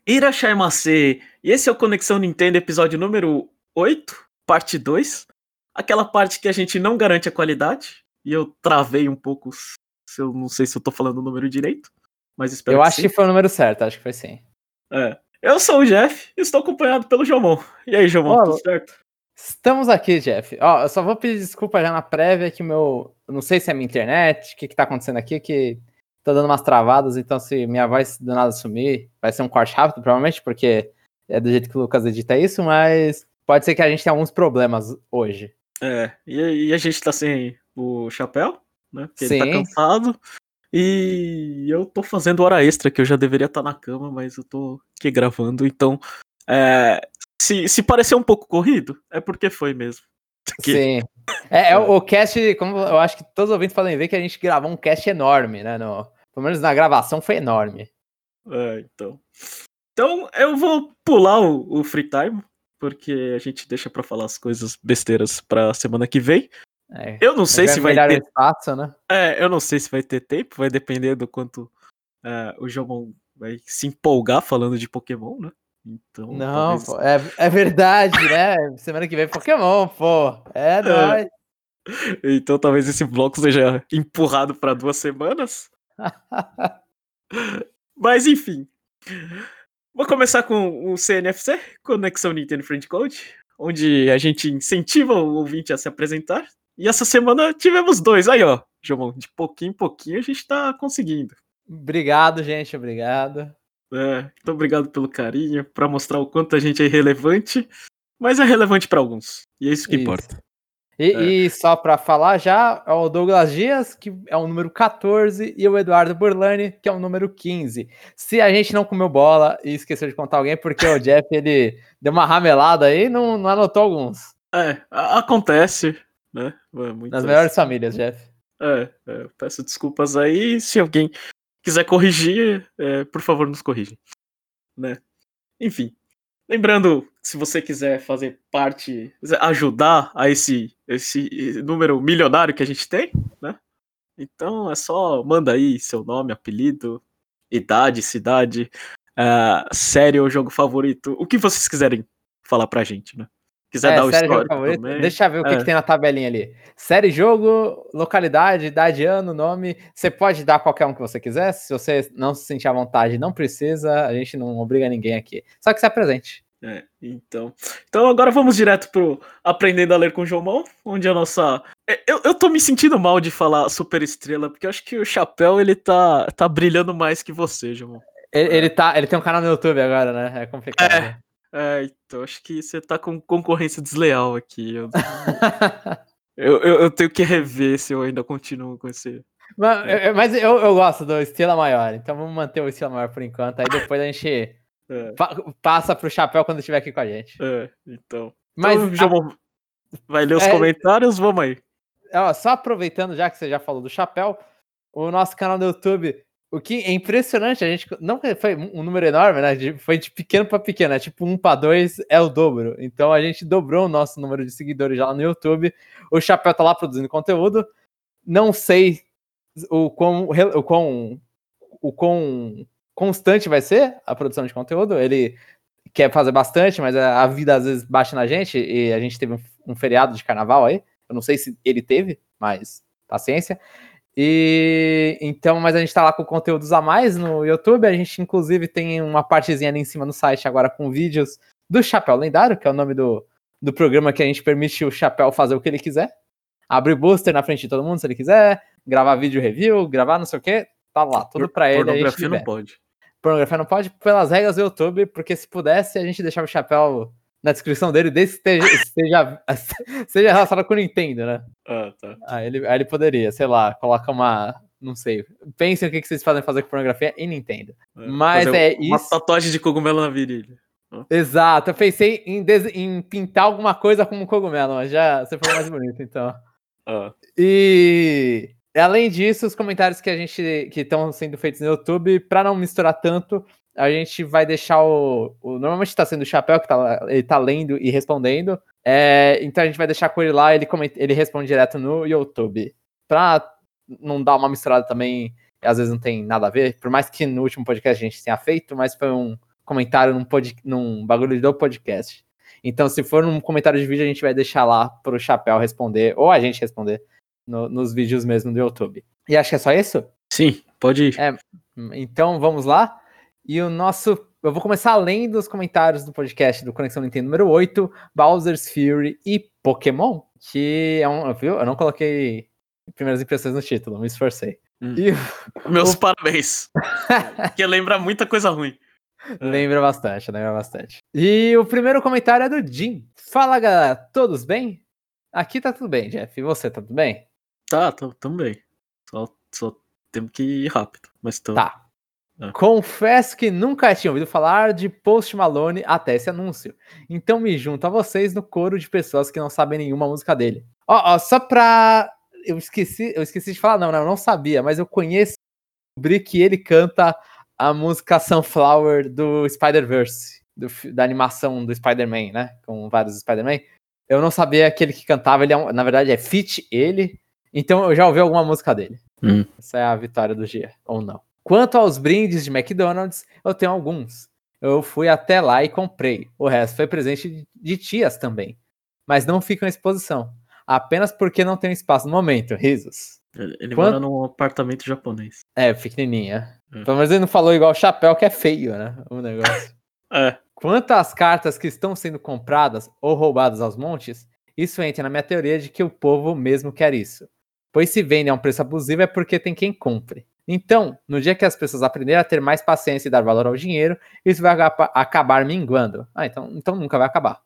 Irashaimase! E esse é o Conexão Nintendo, episódio número 8, parte 2. Aquela parte que a gente não garante a qualidade. E eu travei um pouco, se eu não sei se eu tô falando o número direito, mas espero Eu que acho sim. que foi o número certo, acho que foi sim. Eu sou o Jeff e estou acompanhado pelo Jomon. E aí, Jomon, tudo certo? Estamos aqui, Jeff. Ó, eu só vou pedir desculpa já na prévia que eu não sei se é minha internet, o que tá acontecendo aqui, que tá dando umas travadas, então se minha voz do nada sumir, vai ser um corte rápido, provavelmente, porque é do jeito que o Lucas edita isso, mas pode ser que a gente tenha alguns problemas hoje. E a gente tá sem o chapéu, né? Porque ele tá Sim. cansado. E eu tô fazendo hora extra, que eu já deveria estar na cama, mas eu tô aqui gravando, então. Se parecer um pouco corrido, é porque foi mesmo. Sim. O cast, como eu acho que todos os ouvintes podem ver, que a gente gravou um cast enorme, né? Pelo menos na gravação foi enorme. Então. Então eu vou pular o free time, porque a gente deixa pra falar as coisas besteiras pra semana que vem. Eu não sei se vai ter. Espaço, né? Eu não sei se vai ter tempo, vai depender do quanto o Jomon vai se empolgar falando de Pokémon, né? Então, não, talvez... pô, é verdade, né? Semana que vem Pokémon, pô. Nóis. Então talvez esse bloco seja empurrado para 2 semanas. Mas enfim. Vou começar com o CNFC, Conexão Nintendo Friend Code, onde a gente incentiva o ouvinte a se apresentar. E essa semana tivemos 2. Aí, ó, João, de pouquinho em pouquinho a gente tá conseguindo. Obrigado, gente, obrigado. Muito obrigado pelo carinho, para mostrar o quanto a gente é irrelevante, mas é relevante para alguns. E é isso que importa. E só para falar já, é o Douglas Dias, que é o número 14, e o Eduardo Burlani, que é o número 15. Se a gente não comeu bola e esqueceu de contar alguém, porque o Jeff, ele deu uma ramelada aí e não anotou alguns. Acontece, né? Nas melhores famílias, Jeff. Peço desculpas aí, se alguém quiser corrigir, por favor, nos corrija, né? Enfim, lembrando, se você quiser fazer parte, ajudar a esse número milionário que a gente tem, né? Então é só manda aí seu nome, apelido, idade, cidade, série ou jogo favorito, o que vocês quiserem falar pra gente, né? Quiser dar o série, jogo histórico favorito. também. Deixa eu ver o que tem na tabelinha ali. Série, jogo, localidade, idade, ano, nome. Você pode dar qualquer um que você quiser. Se você não se sentir à vontade, não precisa. A gente não obriga ninguém aqui. Só que se apresente. Então agora vamos direto pro Aprendendo a Ler com o Jomon, onde a nossa... Eu tô me sentindo mal de falar super estrela, porque eu acho que o Chapéu, ele tá brilhando mais que você, Jomon. Ele tem um canal no YouTube agora, né? É complicado. Então acho que você tá com concorrência desleal aqui. Eu tenho que rever se eu ainda continuo com esse... Mas eu gosto do Estrela Maior, então vamos manter o Estrela Maior por enquanto, aí depois a gente passa pro Chapéu quando estiver aqui com a gente. Então Mas Jomon vai ler os comentários, vamos aí. Só aproveitando já que você já falou do Chapéu, o nosso canal do YouTube, o que é impressionante, a gente não foi um número enorme, né? Foi de pequeno para pequeno, tipo 1 para 2 é o dobro. Então a gente dobrou o nosso número de seguidores já no YouTube. O Chapéu tá lá produzindo conteúdo. Não sei o quão constante vai ser a produção de conteúdo. Ele quer fazer bastante, mas a vida às vezes baixa na gente e a gente teve um feriado de carnaval aí. Eu não sei se ele teve, mas paciência. Mas a gente tá lá com conteúdos a mais no YouTube. A gente, inclusive, tem uma partezinha ali em cima no site agora com vídeos do Chapéu Lendário, que é o nome do programa que a gente permite o Chapéu fazer o que ele quiser. Abrir booster na frente de todo mundo se ele quiser, gravar vídeo review, gravar não sei o que, tá lá, tudo pra ele. Pornografia não pode. Pornografia não pode pelas regras do YouTube, porque se pudesse, a gente deixava o Chapéu na descrição dele, desde que seja relacionado com o Nintendo, né? Tá. Aí ele poderia, sei lá, coloca não sei. Pensem o que vocês fazem fazer com pornografia e Nintendo. Mas uma tatuagem de cogumelo na virilha. Exato, eu pensei em pintar alguma coisa como um cogumelo, mas já você foi mais bonito, então. E além disso, os comentários que estão sendo feitos no YouTube, para não misturar tanto, a gente vai deixar normalmente está sendo o Chapéu que ele tá lendo e respondendo. Então a gente vai deixar com ele lá, ele responde direto no YouTube. Pra não dar uma misturada também, às vezes não tem nada a ver, por mais que no último podcast a gente tenha feito, mas foi um comentário num bagulho do podcast. Então, se for num comentário de vídeo, a gente vai deixar lá pro Chapéu responder, ou a gente responder nos vídeos mesmo do YouTube. E acho que é só isso? Sim, pode ir. Então, vamos lá. E eu vou começar além dos comentários do podcast do Conexão Nintendo número 8, Bowser's Fury e Pokémon, que viu? Eu não coloquei primeiras impressões no título, me esforcei. Meus parabéns. Porque lembra muita coisa ruim. Lembra bastante. E o primeiro comentário é do Jim. Fala, galera, todos bem? Aqui tá tudo bem, Jeff. E você, tá tudo bem? Tá, também. Só temos que ir rápido. Mas Tá. Confesso que nunca tinha ouvido falar de Post Malone até esse anúncio. Então me junto a vocês no coro de pessoas que não sabem nenhuma música dele. Ó, só pra... Eu esqueci de falar, eu não sabia, mas eu descobri que ele canta a música Sunflower do Spider-Verse, da animação do Spider-Man, né? Com vários Spider-Man. Eu não sabia aquele que cantava, ele na verdade é feat ele. Então eu já ouvi alguma música dele. Essa é a vitória do dia, ou não. Quanto aos brindes de McDonald's, eu tenho alguns. Eu fui até lá e comprei. O resto foi presente de tias também. Mas não ficam em exposição. Apenas porque não tem espaço no momento. Risos. Ele mora num apartamento japonês. É, pequenininha. Pelo menos ele não falou igual o Chapéu, que é feio, né? O negócio. Quanto às cartas que estão sendo compradas ou roubadas aos montes, isso entra na minha teoria de que o povo mesmo quer isso. Pois se vende a um preço abusivo é porque tem quem compre. Então, no dia que as pessoas aprenderem a ter mais paciência e dar valor ao dinheiro, isso vai acabar minguando. Então nunca vai acabar.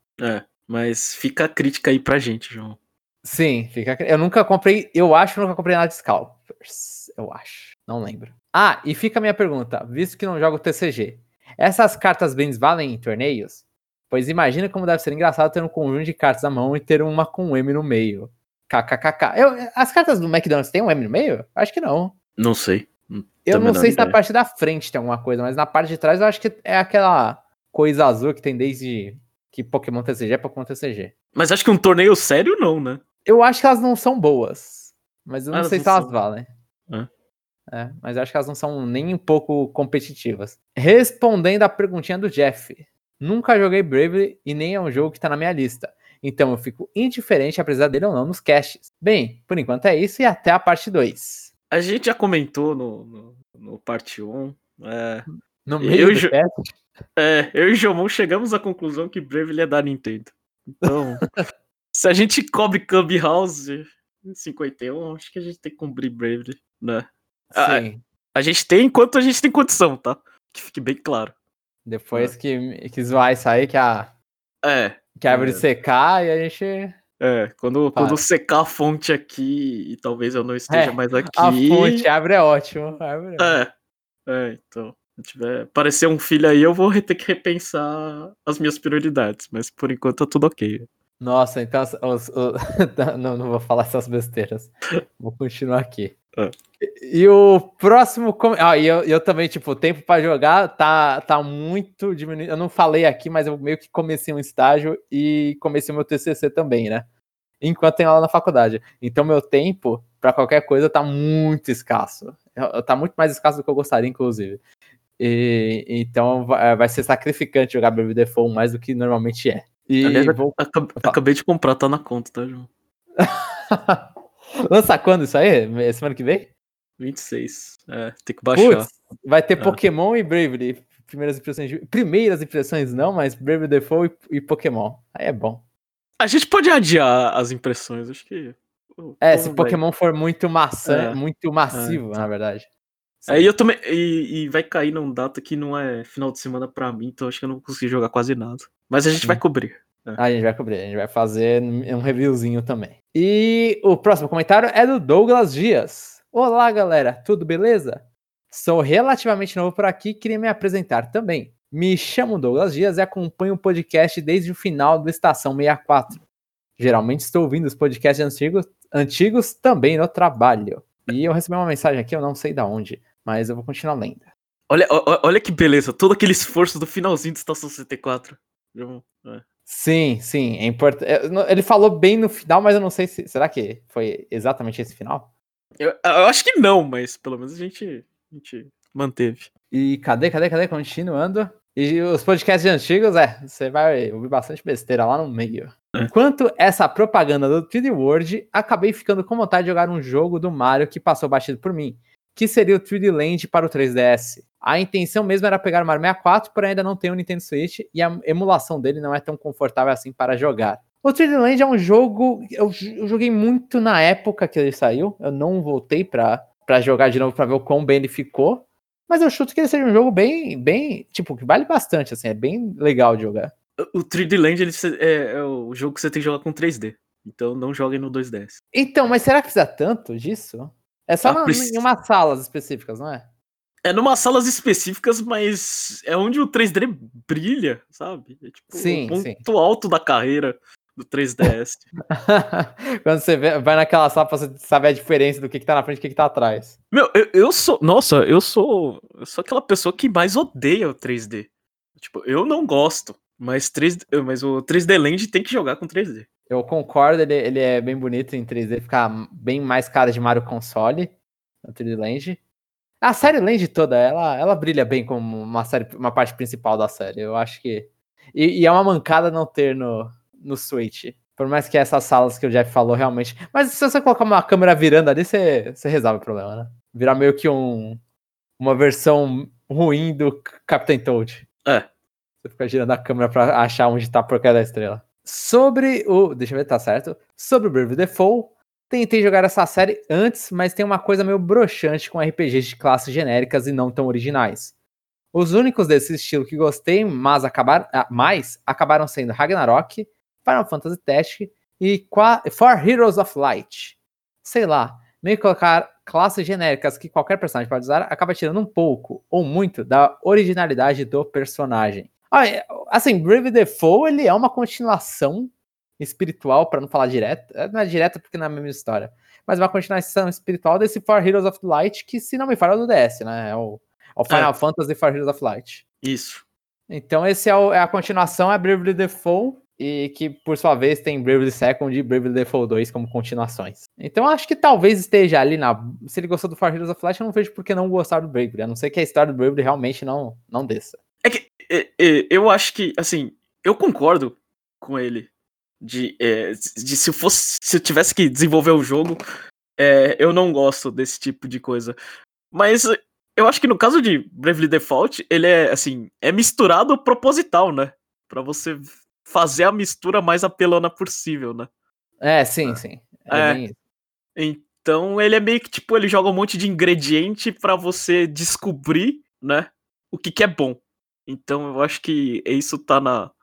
Mas fica a crítica aí pra gente, João. Sim, eu nunca comprei nada de Scalpers. Eu acho, não lembro. E fica a minha pergunta, visto que não jogo TCG. Essas cartas bens valem em torneios? Pois imagina como deve ser engraçado ter um conjunto de cartas à mão e ter uma com um M no meio. KKKK. As cartas do McDonald's tem um M no meio? Acho que não. Não sei. Eu não sei se na parte da frente tem alguma coisa, mas na parte de trás eu acho que é aquela coisa azul que tem desde que Pokémon TCG é Pokémon TCG. Mas acho que um torneio sério não, né? Eu acho que elas não são boas, mas eu não sei se elas valem. Mas eu acho que elas não são nem um pouco competitivas. Respondendo a perguntinha do Jeff. Nunca joguei Bravely e nem é um jogo que tá na minha lista. Então eu fico indiferente apesar dele ou não nos casts. Bem, por enquanto é isso e até a parte 2. A gente já comentou no parte 1. No meio do cast? Eu e o Jomon chegamos à conclusão que Bravely é da Nintendo. Então, se a gente cobre Clubhouse 51, acho que a gente tem que cobrir Bravely, né? Sim. A gente tem enquanto a gente tem condição, tá? Que fique bem claro. Depois que vai sair, que a árvore secar e a gente... Quando secar a fonte aqui e talvez eu não esteja mais aqui... A fonte, a árvore é ótimo. Então... Se tiver aparecer um filho aí, eu vou ter que repensar as minhas prioridades. Mas por enquanto tá tudo ok. Nossa, então não vou falar essas besteiras. Vou continuar aqui. E o próximo... eu também, tipo, o tempo pra jogar tá muito diminuído. Eu não falei aqui, mas eu meio que comecei um estágio e comecei o meu TCC também, né? Enquanto tenho aula na faculdade. Então meu tempo pra qualquer coisa tá muito escasso. Tá muito mais escasso do que eu gostaria, inclusive. Então vai ser sacrificante jogar Bravely Default mais do que normalmente é. Aliás, acabei de comprar, tá na conta, tá, João? Lança quando isso aí? Semana que vem? 26. Tem que baixar. Putz, vai ter Pokémon e Bravely. Primeiras impressões não, mas Bravely Default e Pokémon. Aí é bom. A gente pode adiar as impressões, acho que... se Pokémon for muito massivo, na verdade. Eu também. E vai cair num data que não é final de semana pra mim, então acho que eu não consegui jogar quase nada. Mas a gente vai cobrir. A gente vai cobrir, a gente vai fazer um reviewzinho também. E o próximo comentário é do Douglas Dias. Olá, galera, tudo beleza? Sou relativamente novo por aqui e queria me apresentar também. Me chamo Douglas Dias e acompanho o podcast desde o final do Estação 64. Geralmente estou ouvindo os podcasts antigos também no trabalho. E eu recebi uma mensagem aqui, eu não sei de onde, mas eu vou continuar lendo. Olha que beleza, todo aquele esforço do finalzinho do Estação 64. Sim, é importante. Ele falou bem no final, mas eu não sei se... Será que foi exatamente esse final? Eu acho que não, mas pelo menos a gente manteve. E cadê? Continuando. E os podcasts antigos, você vai ouvir bastante besteira lá no meio. Enquanto essa propaganda do 3D World, acabei ficando com vontade de jogar um jogo do Mario que passou batido por mim, que seria o 3D Land para o 3DS. A intenção mesmo era pegar o Mario 64, porém ainda não tenho o Nintendo Switch e a emulação dele não é tão confortável assim para jogar. O 3D Land é um jogo, eu joguei muito na época que ele saiu, eu não voltei pra jogar de novo pra ver o quão bem ele ficou, mas eu chuto que ele seja um jogo bem, tipo, que vale bastante, assim, é bem legal de jogar. O 3D Land é o jogo que você tem que jogar com 3D. Então não joguem no 2DS. Então, mas será que precisa tanto disso? É só em umas salas específicas, não é? É numas salas específicas, mas é onde o 3D brilha, sabe? É tipo Sim, o ponto alto da carreira do 3DS. Quando você vai naquela sala pra você saber a diferença do que tá na frente e o que tá atrás. Meu, eu sou. Nossa, eu sou aquela pessoa que mais odeia o 3D. Tipo, eu não gosto. Mas o 3D Land tem que jogar com 3D. Eu concordo, ele é bem bonito em 3D, fica bem mais cara de Mario Console no 3D Land. A série Land toda, ela brilha bem como uma parte principal da série. Eu acho que. E é uma mancada não ter no Switch. Por mais que essas salas que o Jeff falou realmente. Mas se você colocar uma câmera virando ali, você resolve o problema, né? Virar meio que uma versão ruim do Captain Toad. Você fica girando a câmera pra achar onde tá a porcaria da estrela. Deixa eu ver, tá certo. Sobre o Bravely Default, tentei jogar essa série antes, mas tem uma coisa meio broxante com RPGs de classes genéricas e não tão originais. Os únicos desse estilo que gostei, mas acabaram sendo Ragnarok, Final Fantasy Tactics e For Heroes of Light. Sei lá, meio que colocar classes genéricas que qualquer personagem pode usar acaba tirando um pouco, ou muito, da originalidade do personagem. Assim, Bravely Default, ele é uma continuação espiritual, para não falar direto. Não é direta porque não é a mesma história. Mas uma continuação espiritual desse For Heroes of Light, que se não me falha é do DS, né? É o Final Fantasy For Heroes of Light. Isso. Então esse é a continuação, é Bravely Default, e que por sua vez tem Bravely Second e Bravely Default 2 como continuações. Então acho que talvez esteja ali se ele gostou do For Heroes of Light, eu não vejo por que não gostar do Bravely, a não ser que a história do Bravely realmente não desça. É que eu acho que, assim, eu concordo com ele de se eu tivesse que desenvolver o jogo, eu não gosto desse tipo de coisa. Mas eu acho que no caso de Bravely Default, ele é misturado proposital, né? Pra você fazer a mistura mais apelona possível, né? Sim. É bem isso. Então ele é meio que, tipo, ele joga um monte de ingrediente pra você descobrir, né? O que é bom. Então eu acho que isso tá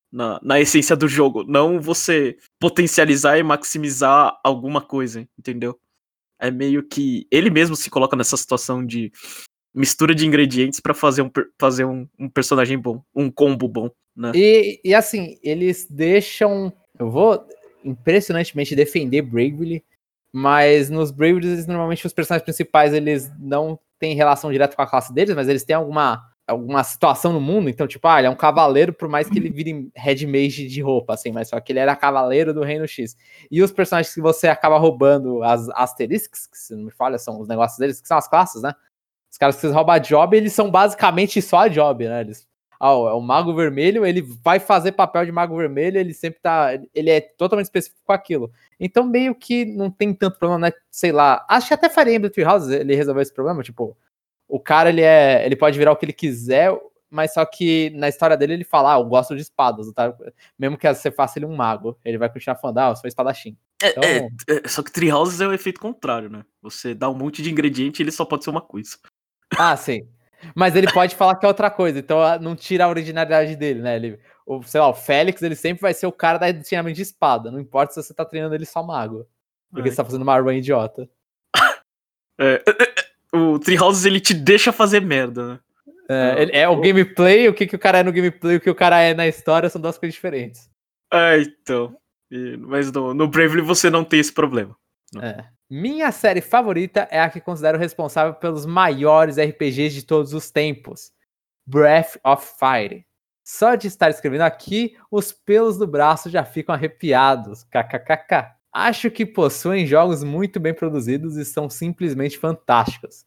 na essência do jogo. Não você potencializar e maximizar alguma coisa, entendeu? É meio que ele mesmo se coloca nessa situação de mistura de ingredientes pra fazer um personagem bom, um combo bom, né? E assim, eles deixam... Eu vou impressionantemente defender Bravely, mas nos Bravely, normalmente os personagens principais, eles não têm relação direta com a classe deles, mas eles têm alguma situação no mundo, então, tipo, ele é um cavaleiro, por mais que ele vire Red Mage de roupa, assim, mas só que ele era cavaleiro do Reino X. E os personagens que você acaba roubando, as asterisks, que se não me falha, são os negócios deles, que são as classes, né? Os caras que você rouba a job, eles são basicamente só a job, né? O Mago Vermelho, ele vai fazer papel de Mago Vermelho, ele sempre ele é totalmente específico com aquilo. Então, meio que não tem tanto problema, né? Sei lá, acho que até Fire Emblem Three Houses ele resolveu esse problema, tipo, o cara, ele pode virar o que ele quiser, mas só que na história dele ele fala, eu gosto de espadas, tá? Mesmo que você faça ele um mago, ele vai continuar falando, eu sou espadachim. Então... Só que Three Houses é o efeito contrário, né? Você dá um monte de ingrediente e ele só pode ser uma coisa. Sim. Mas ele pode falar que é outra coisa, então não tira a originalidade dele, né? Sei lá, o Félix, ele sempre vai ser o cara da treinamento de espada, não importa se você tá treinando ele só mago. Porque você tá fazendo uma run idiota. O Three Houses, ele te deixa fazer merda, né? O gameplay, o que o cara é no gameplay, o que o cara é na história são duas coisas diferentes. Então. Mas no Bravely você não tem esse problema. Minha série favorita é a que considero responsável pelos maiores RPGs de todos os tempos. Breath of Fire. Só de estar escrevendo aqui, os pelos do braço já ficam arrepiados. Acho que possuem jogos muito bem produzidos e são simplesmente fantásticos.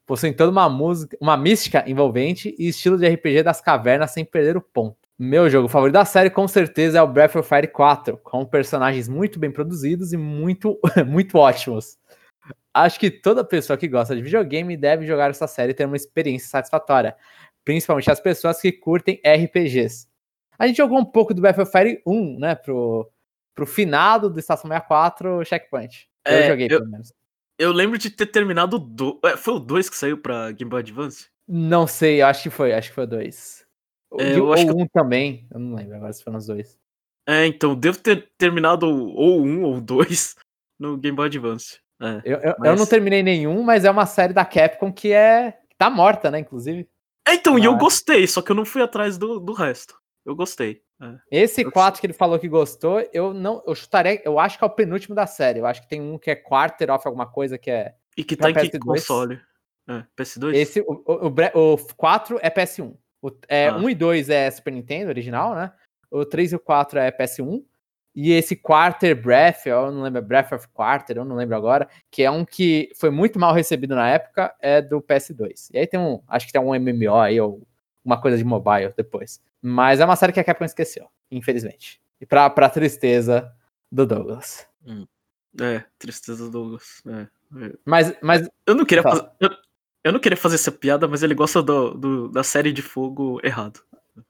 possuem toda uma música, uma mística envolvente e estilo de RPG das cavernas sem perder o ponto. Meu jogo favorito da série, com certeza, é o Breath of Fire 4, com personagens muito bem produzidos e muito, muito ótimos. Acho que toda pessoa que gosta de videogame deve jogar essa série e ter uma experiência satisfatória, principalmente as pessoas que curtem RPGs. A gente jogou um pouco do Breath of Fire 1, né, pro finado do Estação 64 Checkpoint. Eu joguei, pelo menos. Eu lembro de ter terminado foi o 2 que saiu pra Game Boy Advance? Não sei, acho que foi o 2. Eu acho que ou 1 também, eu não lembro agora se foram os dois. Então, devo ter terminado ou 1 ou 2 no Game Boy Advance. Eu não terminei nenhum, mas é uma série da Capcom que tá morta, né, inclusive. Então, e eu gostei, só que eu não fui atrás do resto. Eu gostei. Esse 4 que ele falou que gostou, eu chutaria, eu acho que é o penúltimo da série. Eu acho que tem um que é Quarter of alguma coisa que é. E que tá em que console? PS2? Esse, o 4 é PS1. 1 e 2 é Super Nintendo original, né? O 3 e o 4 é PS1. E esse Quarter Breath, eu não lembro, Breath of Quarter, eu não lembro agora, que é um que foi muito mal recebido na época, é do PS2. E aí tem acho que tem um MMO aí, ou uma coisa de mobile depois. Mas é uma série que a Capcom esqueceu, infelizmente. E pra tristeza do Douglas. Tristeza do Douglas. Mas eu não queria fazer, eu não queria fazer essa piada, mas ele gosta da série de fogo errado.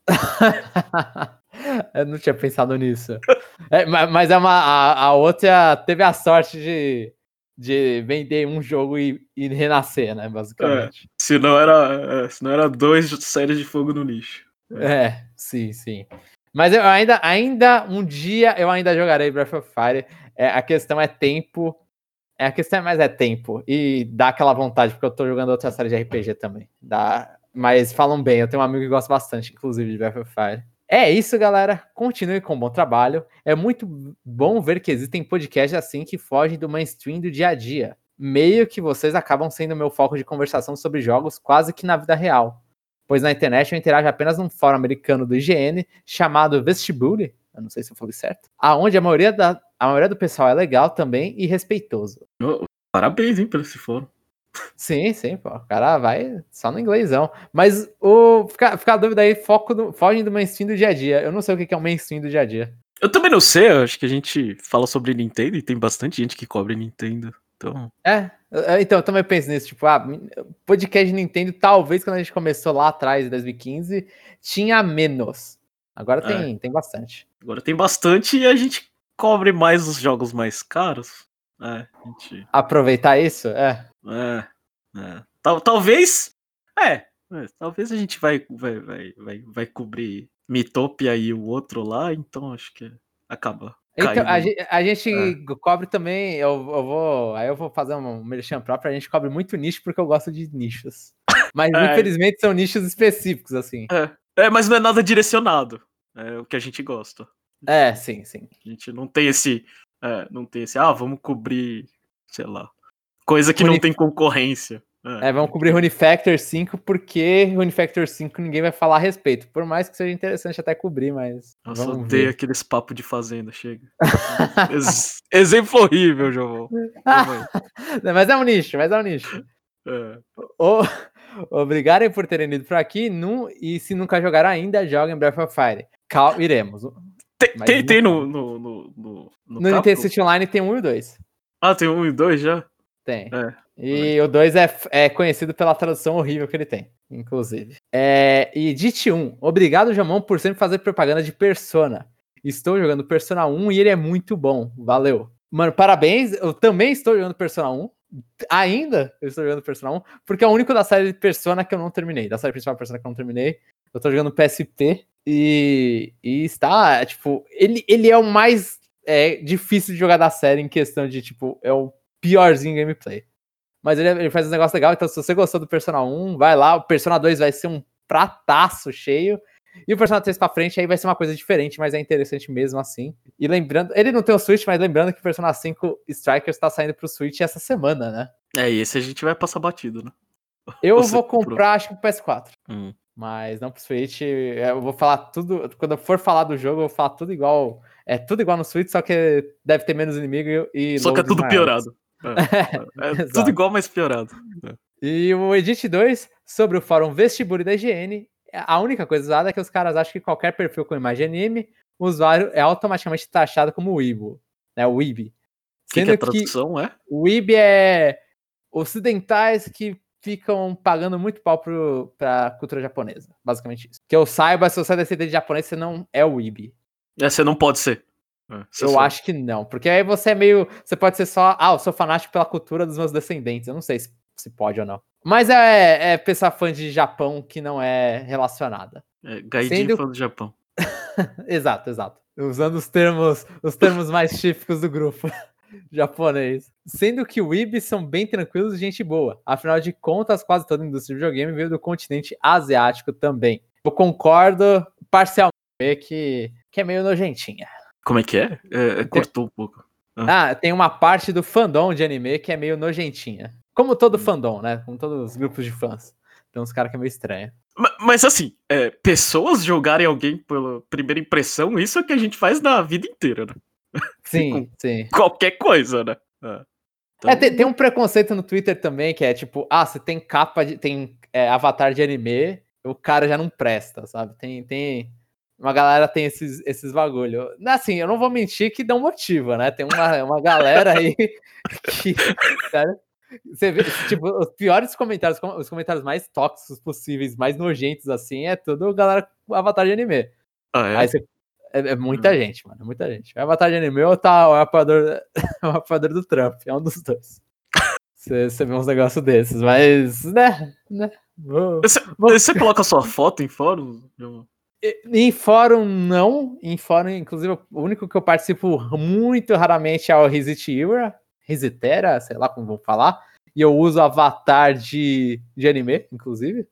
Eu não tinha pensado nisso. Mas a outra teve a sorte de vender um jogo e renascer, né, basicamente. Se não era 2 séries de fogo no lixo. Sim. Mas eu ainda um dia eu ainda jogarei Breath of Fire. A questão é tempo. A questão é tempo. E dá aquela vontade, porque eu tô jogando outra série de RPG também. Mas falam bem, eu tenho um amigo que gosta bastante, inclusive, de Breath of Fire. É isso, galera. Continue com um bom trabalho. É muito bom ver que existem podcasts assim que fogem do mainstream do dia a dia. Meio que vocês acabam sendo meu foco de conversação sobre jogos quase que na vida real. Pois na internet eu interajo apenas num fórum americano do IGN chamado Vestibule, eu não sei se eu falei certo, aonde a maioria do pessoal é legal também e respeitoso. Parabéns, hein, por esse fórum. Sim, pô, o cara vai só no inglêsão. Mas fica a dúvida aí, fogem do mainstream do dia a dia. Eu não sei o que é o mainstream do dia a dia. Eu também não sei, eu acho que a gente fala sobre Nintendo e tem bastante gente que cobre Nintendo. Então... Então eu também penso nisso, tipo, podcast de Nintendo, talvez quando a gente começou lá atrás, em 2015, tinha menos. Agora tem bastante. Agora tem bastante e a gente cobre mais os jogos mais caros. Aproveitar isso? Talvez. Talvez a gente vai cobrir Miitopia e o outro lá, então acho que acaba. Então, a gente cobre também, eu vou fazer um merchan próprio, a gente cobre muito nicho porque eu gosto de nichos. Mas infelizmente são nichos específicos, assim. Mas não é nada direcionado. É o que a gente gosta. Sim. A gente não tem esse. Vamos cobrir, sei lá. Coisa que não tem concorrência. Vamos cobrir Rune Factor 5, porque Rune Factor 5 ninguém vai falar a respeito. Por mais que seja interessante até cobrir, mas. Eu só odeio aqueles papos de fazenda, chega. Exemplo horrível, João. Mas é um nicho. Obrigado por terem ido por aqui. E se nunca jogaram ainda, joguem Breath of Fire. Iremos. Tem no Nintendo Switch Online tem 1 e 2. Tem 1 e 2 já? Tem. E o 2 é conhecido pela tradução horrível que ele tem, inclusive. E Dit 1, obrigado, Jamon, por sempre fazer propaganda de Persona. Estou jogando Persona 1 e ele é muito bom. Valeu. Mano, parabéns. Eu também estou jogando Persona 1. Ainda eu estou jogando Persona 1, porque é o único da série de Persona que eu não terminei. Da série principal Persona que eu não terminei. Eu tô jogando PSP e está, tipo, ele é o mais difícil de jogar da série em questão de, tipo, é o piorzinho gameplay. Mas ele faz um negócio legal, então se você gostou do Persona 1, vai lá, o Persona 2 vai ser um prataço cheio, e o Persona 3 pra frente aí vai ser uma coisa diferente, mas é interessante mesmo assim. E lembrando, ele não tem o Switch, mas lembrando que o Persona 5 Strikers tá saindo pro Switch essa semana, né? E esse a gente vai passar batido, né? Eu vou comprar, acho que pro PS4. Mas não pro Switch. Eu vou falar tudo. Quando eu for falar do jogo, eu vou falar tudo igual. É tudo igual no Switch, só que deve ter menos inimigo e. Só que é tudo piorado. Tudo igual, mas piorado. E o Edit 2, sobre o fórum Vestibule da IGN, a única coisa usada é que os caras acham que qualquer perfil com imagem anime, o usuário é automaticamente taxado como Weibo, né, o Weeb. O que é Sendo a que tradução, é? o Weeb é ocidentais que ficam pagando muito pau pra cultura japonesa, basicamente isso. Que eu saiba, se você é descendente de japonês, você não é o Weeb. Você não pode ser. Eu acho que não, porque aí você é meio. Você pode ser só. Eu sou fanático pela cultura dos meus descendentes. Eu não sei se pode ou não. Mas é pessoa fã de Japão que não é relacionada. Gaidin fã do Japão. Exato. Usando os termos mais típicos do grupo japonês. Sendo que o Weeb são bem tranquilos e gente boa. Afinal de contas, quase toda a indústria de videogame veio do continente asiático também. Eu concordo parcialmente que é meio nojentinha. Como é que é? Cortou um pouco. Tem uma parte do fandom de anime que é meio nojentinha. Como todo fandom, né? Como todos os grupos de fãs. Tem uns caras que é meio estranho. Mas assim, pessoas jogarem alguém pela primeira impressão, isso é o que a gente faz na vida inteira, né? Sim. Qualquer coisa, né? Então... tem um preconceito no Twitter também, que é tipo, se tem tem avatar de anime, o cara já não presta, sabe? Tem uma galera tem esses bagulho. Assim, eu não vou mentir que dão motivo, né? Tem uma galera aí que, cara, você vê, tipo, os piores comentários, os comentários mais tóxicos possíveis, mais nojentos, assim, é tudo galera com avatar de anime. Aí você, muita gente, mano, muita gente. O avatar de anime ou tá o apoiador do Trump, é um dos dois. Você vê uns negócios desses, mas, né? Você coloca sua foto em fórum? Em fórum, não. Em fórum, inclusive, o único que eu participo muito raramente é o Risitera, sei lá como vão falar. E eu uso avatar de anime, inclusive.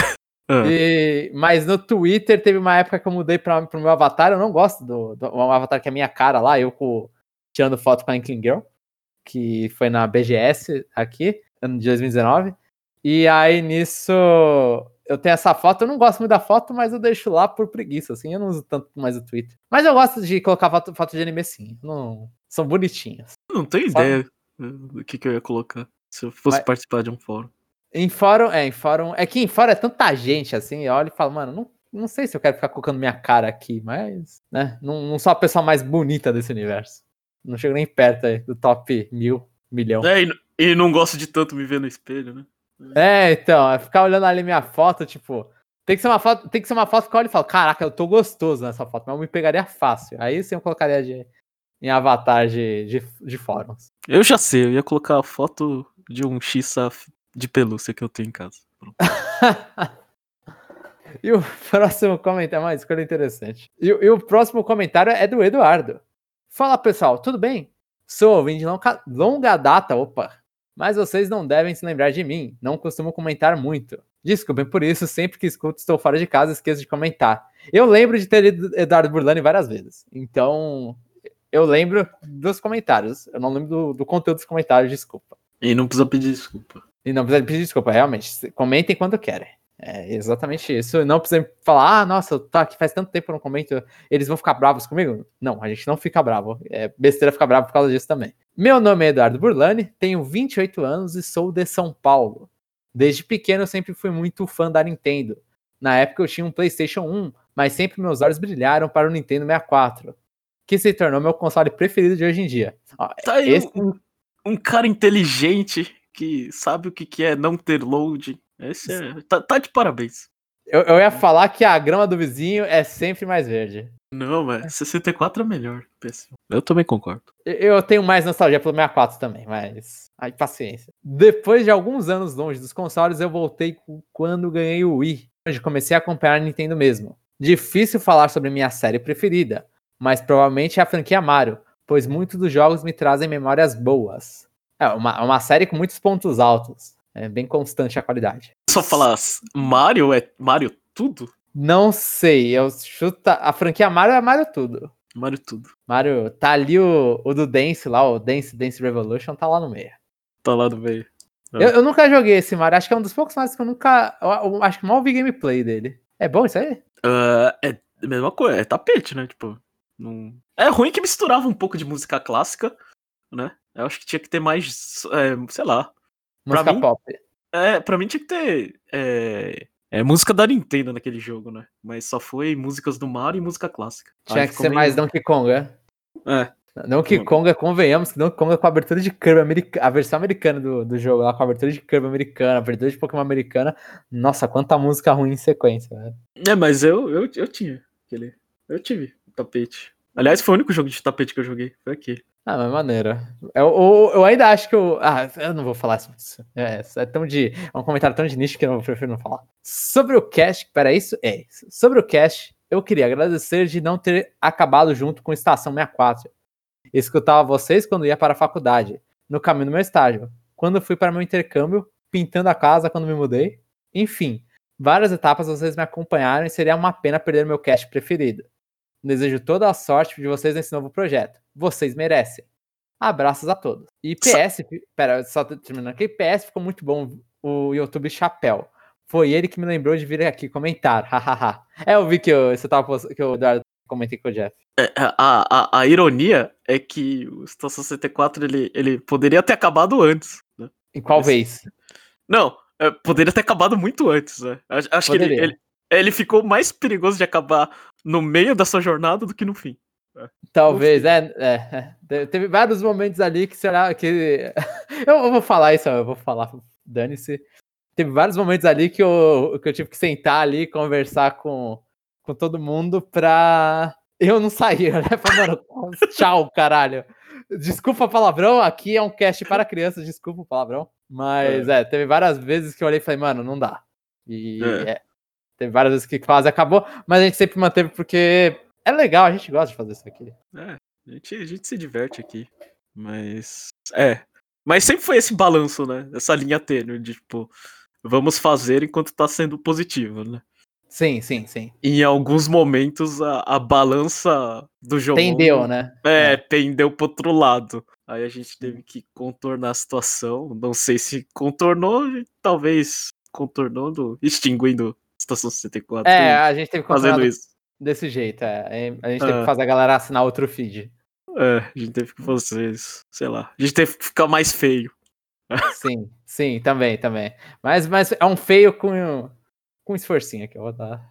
Mas no Twitter teve uma época que eu mudei pro meu avatar. Eu não gosto do avatar que é a minha cara lá, eu tirando foto com a Inkling Girl, que foi na BGS aqui, ano de 2019. E aí nisso eu tenho essa foto, eu não gosto muito da foto, mas eu deixo lá por preguiça, assim, eu não uso tanto mais o Twitter. Mas eu gosto de colocar foto de anime sim, são bonitinhas. Não tenho ideia do que eu ia colocar se eu fosse participar de um fórum. Em fórum, é que em fórum é tanta gente, assim, eu olho e falo, mano, não sei se eu quero ficar colocando minha cara aqui, mas, né, não sou a pessoa mais bonita desse universo. Não chego nem perto aí do top 1.000.000.000. E não gosto de tanto me ver no espelho, né? Então, é ficar olhando ali minha foto, tipo, tem que ser uma foto que eu olho e falo, caraca, eu tô gostoso nessa foto, mas eu me pegaria fácil. Aí sim eu colocaria em avatar de fóruns. Eu já sei, eu ia colocar a foto de um X de pelúcia que eu tenho em casa. E o próximo comentário, uma escolha interessante. E o próximo comentário é do Eduardo. Fala pessoal, tudo bem? Sou ouvinte de longa data, mas vocês não devem se lembrar de mim, não costumo comentar muito. Desculpem por isso, sempre que escuto estou fora de casa, esqueço de comentar. Eu lembro de ter lido Eduardo Burlani várias vezes, então eu lembro dos comentários, eu não lembro do conteúdo dos comentários, desculpa. E não precisa pedir desculpa. Realmente, comentem quando querem. É exatamente isso. Não precisa falar, nossa, tá aqui faz tanto tempo que eu não comento, eles vão ficar bravos comigo? Não, a gente não fica bravo. É besteira ficar bravo por causa disso também. Meu nome é Eduardo Burlani, tenho 28 anos e sou de São Paulo. Desde pequeno eu sempre fui muito fã da Nintendo. Na época eu tinha um PlayStation 1, mas sempre meus olhos brilharam para o Nintendo 64, que se tornou meu console preferido de hoje em dia. Tá aí um cara inteligente que sabe o que é não ter loading. Esse tá de parabéns. Eu ia falar que a grama do vizinho é sempre mais verde. Não, mas 64 é melhor. Eu também concordo. Eu tenho mais nostalgia pelo 64 também, mas... Ai, paciência. Depois de alguns anos longe dos consoles, eu voltei quando ganhei o Wii, onde comecei a acompanhar a Nintendo mesmo. Difícil falar sobre minha série preferida, mas provavelmente é a franquia Mario, pois muitos dos jogos me trazem memórias boas. É uma série com muitos pontos altos. É bem constante a qualidade. Só falar Mario é Mario tudo? Não sei, eu chuto. A franquia Mario é Mario tudo. Mario tudo. Mario, tá ali o do Dance lá, o Dance Revolution, tá lá no meio. Tá lá no meio. Eu nunca joguei esse Mario, acho que é um dos poucos Marios que eu nunca. Eu acho que mal vi gameplay dele. É bom isso aí? É a mesma coisa, é tapete, né? Tipo, não... É ruim que misturava um pouco de música clássica, né? Eu acho que tinha que ter mais, sei lá. Música pop. Pra mim tinha que ter música da Nintendo naquele jogo, né? Mas só foi músicas do Mario e música clássica. Tinha Aí que ficou ser mais meio... Donkey Kong, né? É. Donkey Kong, convenhamos que Donkey Kong é com a abertura de Kirby americana, a versão americana do jogo, lá com a abertura de Kirby americana, a abertura de Pokémon americana. Nossa, quanta música ruim em sequência, velho. Mas eu tinha aquele. Eu tive o tapete. Aliás, foi o único jogo de tapete que eu joguei. Foi aquele. Ah, mas maneiro. Eu ainda acho que eu. Ah, eu não vou falar sobre isso. É um comentário tão de nicho que eu prefiro não falar. Sobre o cast, sobre o cast, eu queria agradecer de não ter acabado junto com Estação 64. Escutava vocês quando ia para a faculdade, no caminho do meu estágio, quando fui para meu intercâmbio, pintando a casa quando me mudei. Enfim, várias etapas vocês me acompanharam e seria uma pena perder meu cast preferido. Desejo toda a sorte de vocês nesse novo projeto. Vocês merecem. Abraços a todos. E PS, só terminando aqui, PS ficou muito bom o YouTube Chapéu. Foi ele que me lembrou de vir aqui comentar, hahaha. Eu vi que o Eduardo comentei com o Jeff. A ironia é que o Estação 64 ele poderia ter acabado antes, né? Em qual vez? Não, poderia ter acabado muito antes, né? Acho que ele ficou mais perigoso de acabar no meio da sua jornada do que no fim. Talvez, teve vários momentos ali que será que... eu vou falar isso, dane-se. Teve vários momentos ali que eu tive que sentar ali e conversar com todo mundo pra eu não sair, né? Mano, tchau, caralho. Desculpa o palavrão, aqui é um cast para crianças, desculpa o palavrão. Mas teve várias vezes que eu olhei e falei, mano, não dá. Teve várias vezes que quase acabou, mas a gente sempre manteve porque é legal, a gente gosta de fazer isso aqui. A gente se diverte aqui. Mas sempre foi esse balanço, né? Essa linha tênue de tipo, vamos fazer enquanto tá sendo positivo, né? Sim. Em alguns momentos a balança do jogo pendeu, né? Pendeu pro outro lado. Aí a gente teve que contornar a situação. Não sei se contornou, talvez contornando, extinguindo a Estação 64. A gente teve que fazendo isso desse jeito. A gente teve que fazer a galera assinar outro feed. A gente teve que fazer isso, sei lá. A gente teve que ficar mais feio. Sim, também. Mas é um feio com esforcinho aqui, eu vou dar.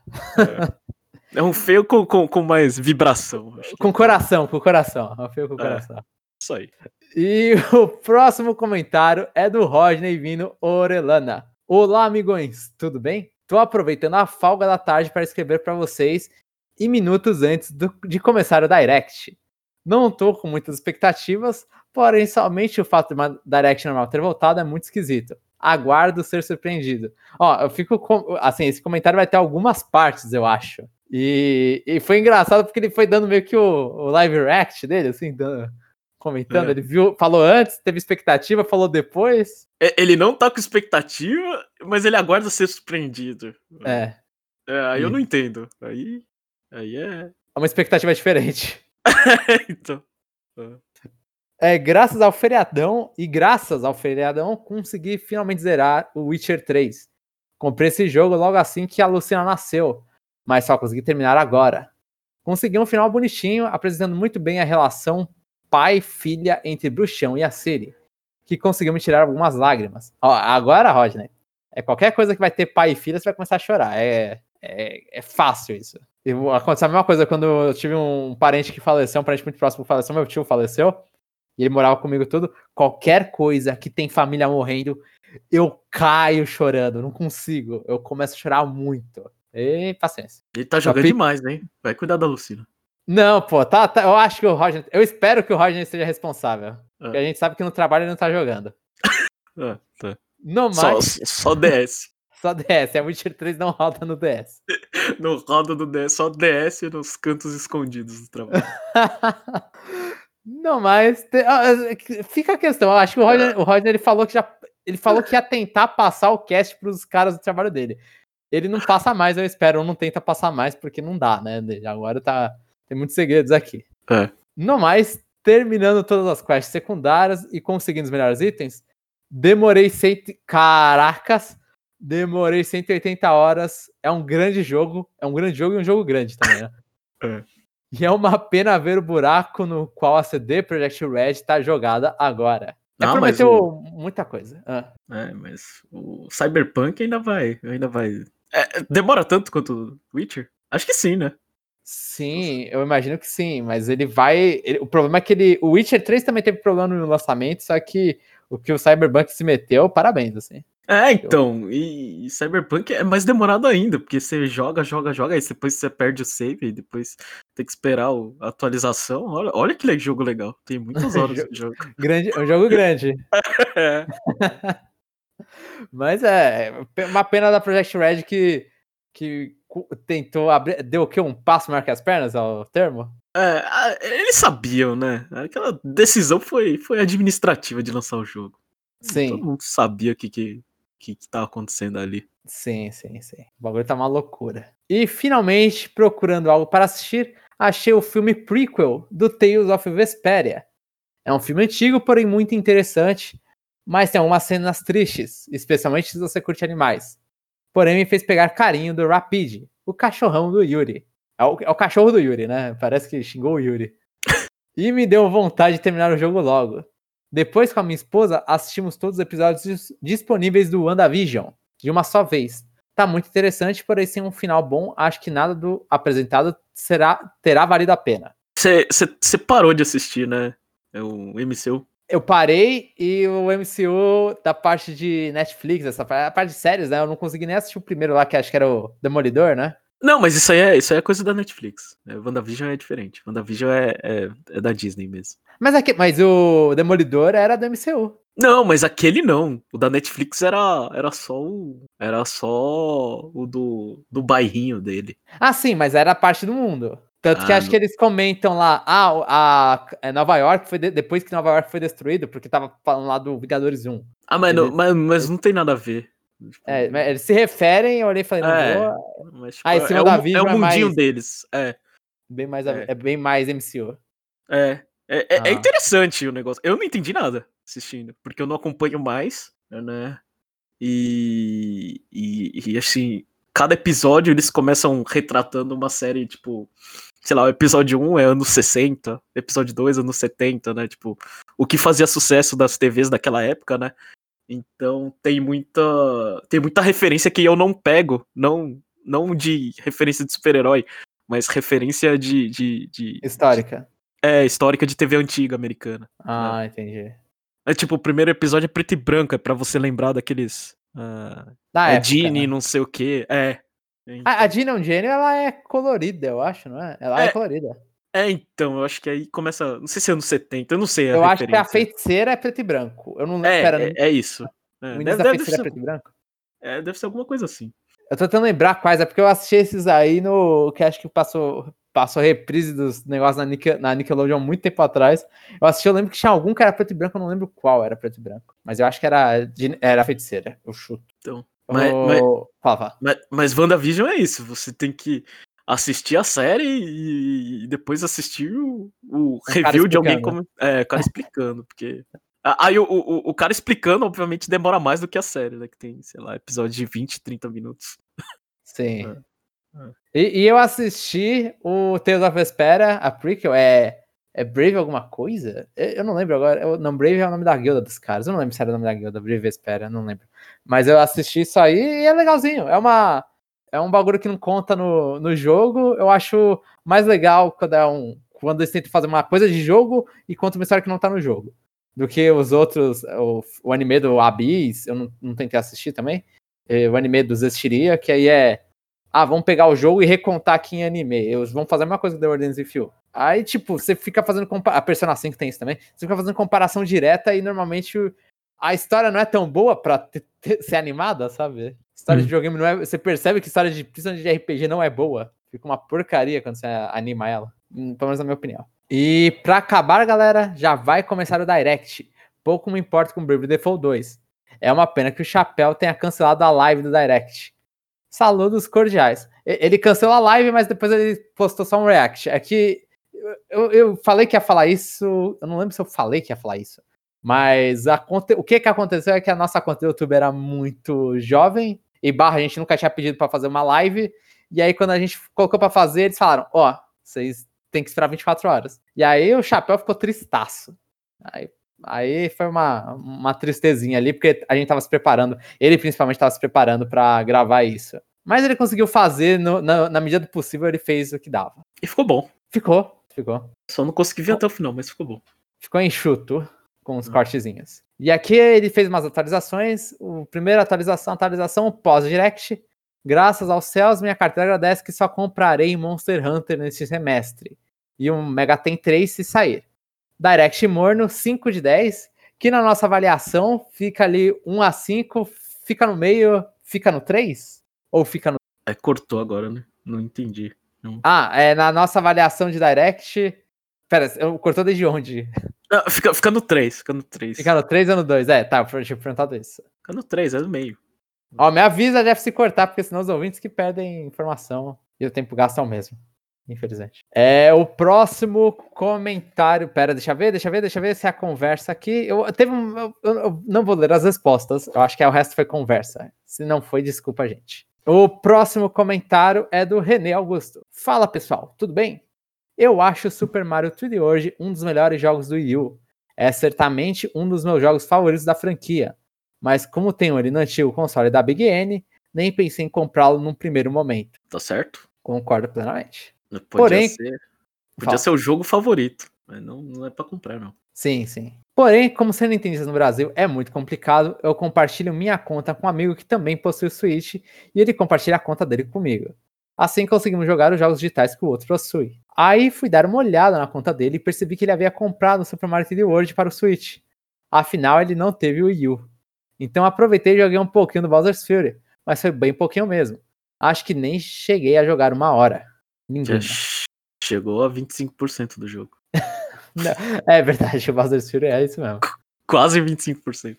É um feio com mais vibração. Com coração. É um feio com coração. Isso aí. E o próximo comentário é do Rodney Vino Orelana. Olá, amigões, tudo bem? Tô aproveitando a folga da tarde para escrever para vocês e minutos antes de começar o Direct. Não tô com muitas expectativas, porém somente o fato de uma Direct normal ter voltado é muito esquisito. Aguardo ser surpreendido. Eu fico assim, esse comentário vai ter algumas partes, eu acho. E foi engraçado porque ele foi dando meio que o live react dele, assim, comentando. Ele falou antes, teve expectativa, falou depois. Ele não tá com expectativa, mas ele aguarda ser surpreendido. Aí eu não entendo. Aí é uma expectativa diferente. Então. Graças ao feriadão, consegui finalmente zerar o Witcher 3. Comprei esse jogo logo assim que a Lucina nasceu, mas só consegui terminar agora. Consegui um final bonitinho, apresentando muito bem a relação pai-filha entre Bruxão e a Ciri, que conseguiu me tirar algumas lágrimas. Agora, Rodney, qualquer coisa que vai ter pai e filha, você vai começar a chorar. É fácil isso. Aconteceu a mesma coisa quando eu tive um parente que faleceu, um parente muito próximo que faleceu, meu tio faleceu, e ele morava comigo tudo. Qualquer coisa que tem família morrendo, eu caio chorando, não consigo. Eu começo a chorar muito. E paciência. Ele tá jogando demais, né? Vai cuidar da Lucina. Não, pô, tá, eu acho que o Rodney... Eu espero que o Rodney seja responsável. Porque a gente sabe que no trabalho ele não tá jogando. Tá. No mais... Só DS. Só DS, a Witcher 3 não roda no DS. Não roda no DS, só DS nos cantos escondidos do trabalho. Não, mas fica a questão. Eu acho que o Rodney ele falou que ia tentar passar o cast pros caras do trabalho dele. Ele não passa mais, eu espero, ou não tenta passar mais, porque não dá, né? Agora tem muitos segredos aqui. No mais, terminando todas as quests secundárias e conseguindo os melhores itens, demorei 180 horas. É um grande jogo e um jogo grande também, né? E é uma pena ver o buraco no qual a CD Projekt Red tá jogada agora. Não, mas prometeu muita coisa. mas o Cyberpunk ainda vai. Demora tanto quanto o Witcher? Acho que sim, né? Sim, eu imagino que sim, mas ele vai. O problema é que o Witcher 3 também teve problema no lançamento, só que o que o Cyberpunk se meteu, parabéns, assim. Então, e Cyberpunk é mais demorado ainda, porque você joga, aí depois você perde o save, e depois tem que esperar a atualização. Olha que jogo legal, tem muitas horas de jogo. É um jogo grande. É. Mas é uma pena da Project Red que tentou abrir. Deu o quê? Um passo maior que as pernas ao termo? Eles sabiam, né? Aquela decisão foi administrativa de lançar o jogo. Sim. Todo mundo sabia o que tava acontecendo ali. Sim. O bagulho tá uma loucura. E finalmente, procurando algo para assistir, achei o filme prequel do Tales of Vesperia. É um filme antigo, porém muito interessante, mas tem algumas cenas tristes, especialmente se você curte animais. Porém, me fez pegar carinho do Rapid, o cachorrão do Yuri. É o cachorro do Yuri, né? Parece que xingou o Yuri. E me deu vontade de terminar o jogo logo. Depois, com a minha esposa, assistimos todos os episódios disponíveis do WandaVision, de uma só vez. Tá muito interessante, porém sem um final bom, acho que nada do apresentado terá valido a pena. Você parou de assistir, né? É o MCU. Eu parei e o MCU da parte de Netflix, a parte de séries, né? Eu não consegui nem assistir o primeiro lá, que acho que era o Demolidor, né? Não, mas isso aí é coisa da Netflix. WandaVision é diferente. WandaVision é da Disney mesmo. Mas o Demolidor era do MCU. Não, mas aquele não. O da Netflix era só o do bairrinho dele. Ah, sim, mas era parte do mundo. Tanto que acho Não. que eles comentam lá, Nova York foi depois que Nova York foi destruído, porque tava falando lá do Vingadores 1. Mas não tem nada a ver. Tipo, Eles se referem, eu olhei e falei, não vou. Mas, tipo, Esse WandaVision o é mundinho mais, deles. bem mais MCU. É interessante o negócio. Eu não entendi nada assistindo, porque eu não acompanho mais, né? E assim, cada episódio eles começam retratando uma série, tipo, sei lá, o episódio 1 é anos 60, episódio 2 anos 70, né? Tipo, o que fazia sucesso das TVs daquela época, né? Então tem muita referência que eu não pego, não de referência de super-herói, mas referência de Histórica. histórica de TV antiga americana. Né? Entendi. Tipo, o primeiro episódio é preto e branco, é pra você lembrar daqueles. Da época, Jeannie, né? não sei o que. A Dina Jane, ela é colorida, eu acho, não é? Ela é colorida. Então, eu acho que aí começa. Não sei se é anos 70, eu não sei a Eu acho que a referência. feiticeira é preto e branco. Eu não lembro. Pera, É isso. o início da feiticeira é preto e branco? Deve ser alguma coisa assim. Eu tô tentando lembrar quais, é porque eu assisti esses aí no. Que acho que passou reprise dos negócios na Nickelodeon muito tempo atrás. Eu lembro que tinha algum que era preto e branco, eu não lembro qual era preto e branco. Mas eu acho que era a feiticeira, eu chuto. Então, Fala. mas WandaVision é isso. Você tem que assistir a série e depois assistir o review de alguém como. O cara explicando, porque. Aí o cara explicando, obviamente, demora mais do que a série, né? Que tem, sei lá, episódio de 20, 30 minutos. Sim. E eu assisti o Tales of Vesperia, a prequel, é Brave alguma coisa? Eu não lembro agora. Não, Brave é o nome da guilda dos caras. Eu não lembro se era o nome da guilda, Brave Vesperia, não lembro. Mas eu assisti isso aí e é legalzinho. É um bagulho que não conta no jogo. Eu acho mais legal quando eles tentam fazer uma coisa de jogo e conta uma história que não tá no jogo. Do que os outros, o anime do Abyss, eu não tentei assistir também. O anime do Zestiria, que aí vamos pegar o jogo e recontar aqui em anime. Eles vão fazer a mesma coisa que The Order of Feel. Aí, tipo, você fica fazendo a Persona 5 tem isso também. Você fica fazendo comparação direta e normalmente a história não é tão boa pra ser animada, sabe? História de videogame não é. Você percebe que história principalmente de RPG não é boa. Fica uma porcaria quando você anima ela. Pelo menos na minha opinião. E pra acabar, galera, já vai começar o Direct. Pouco me importa com Bravely Default 2. É uma pena que o Chapéu tenha cancelado a live do Direct. Saludos cordiais. Ele cancelou a live, mas depois ele postou só um react. É que eu falei que ia falar isso. Eu não lembro se eu falei que ia falar isso. Mas o que aconteceu é que a nossa conta do YouTube era muito jovem. E a gente nunca tinha pedido pra fazer uma live. E aí, quando a gente colocou pra fazer, eles falaram: vocês têm que esperar 24 horas. E aí o Chapéu ficou tristaço. Aí Aí foi uma tristezinha ali, porque a gente tava se preparando, ele principalmente tava se preparando pra gravar isso. Mas ele conseguiu fazer, na medida do possível, ele fez o que dava. E ficou bom. Ficou. Só não consegui ver até o final, mas ficou bom. Ficou enxuto, com os cortezinhos. E aqui ele fez umas atualizações. A primeira atualização pós-direct. Graças aos céus, minha carteira agradece que só comprarei Monster Hunter neste semestre. E um Megaten 3 se sair. Direct morno, 5 de 10, que na nossa avaliação fica ali 1 a 5, fica no meio, fica no 3? Ou fica no... Cortou agora, né? Não entendi. Não. Na nossa avaliação de Direct... Pera, cortou desde onde? Fica no 3, fica no 3. Fica no 3 ou no 2? Tá, eu tinha perguntado isso. Fica no 3, é no meio. Ó, me avisa, deve se cortar, porque senão os ouvintes que perdem informação e o tempo gasto é o mesmo. Infelizmente. O próximo comentário. Pera, deixa eu ver se é a conversa aqui. Eu não vou ler as respostas. Eu acho que o resto foi conversa. Se não foi, desculpa, gente. O próximo comentário é do René Augusto. Fala, pessoal, tudo bem? Eu acho Super Mario 3D World um dos melhores jogos do Wii U. É certamente um dos meus jogos favoritos da franquia. Mas como tenho ele no antigo console da Big N, nem pensei em comprá-lo num primeiro momento. Tá certo? Concordo plenamente. Podia ser o jogo favorito, mas não é pra comprar, não. Sim. Porém, como ser nintendista no Brasil é muito complicado, eu compartilho minha conta com um amigo que também possui o Switch e ele compartilha a conta dele comigo. Assim conseguimos jogar os jogos digitais que o outro possui. Aí fui dar uma olhada na conta dele e percebi que ele havia comprado o Super Mario 3D World para o Switch. Afinal, ele não teve o Wii U. Então aproveitei e joguei um pouquinho do Bowser's Fury, mas foi bem pouquinho mesmo. Acho que nem cheguei a jogar 1 hora. Ninguém. Já chegou a 25% do jogo. Não, é verdade, o Bowser's Fury é isso mesmo. Quase 25%.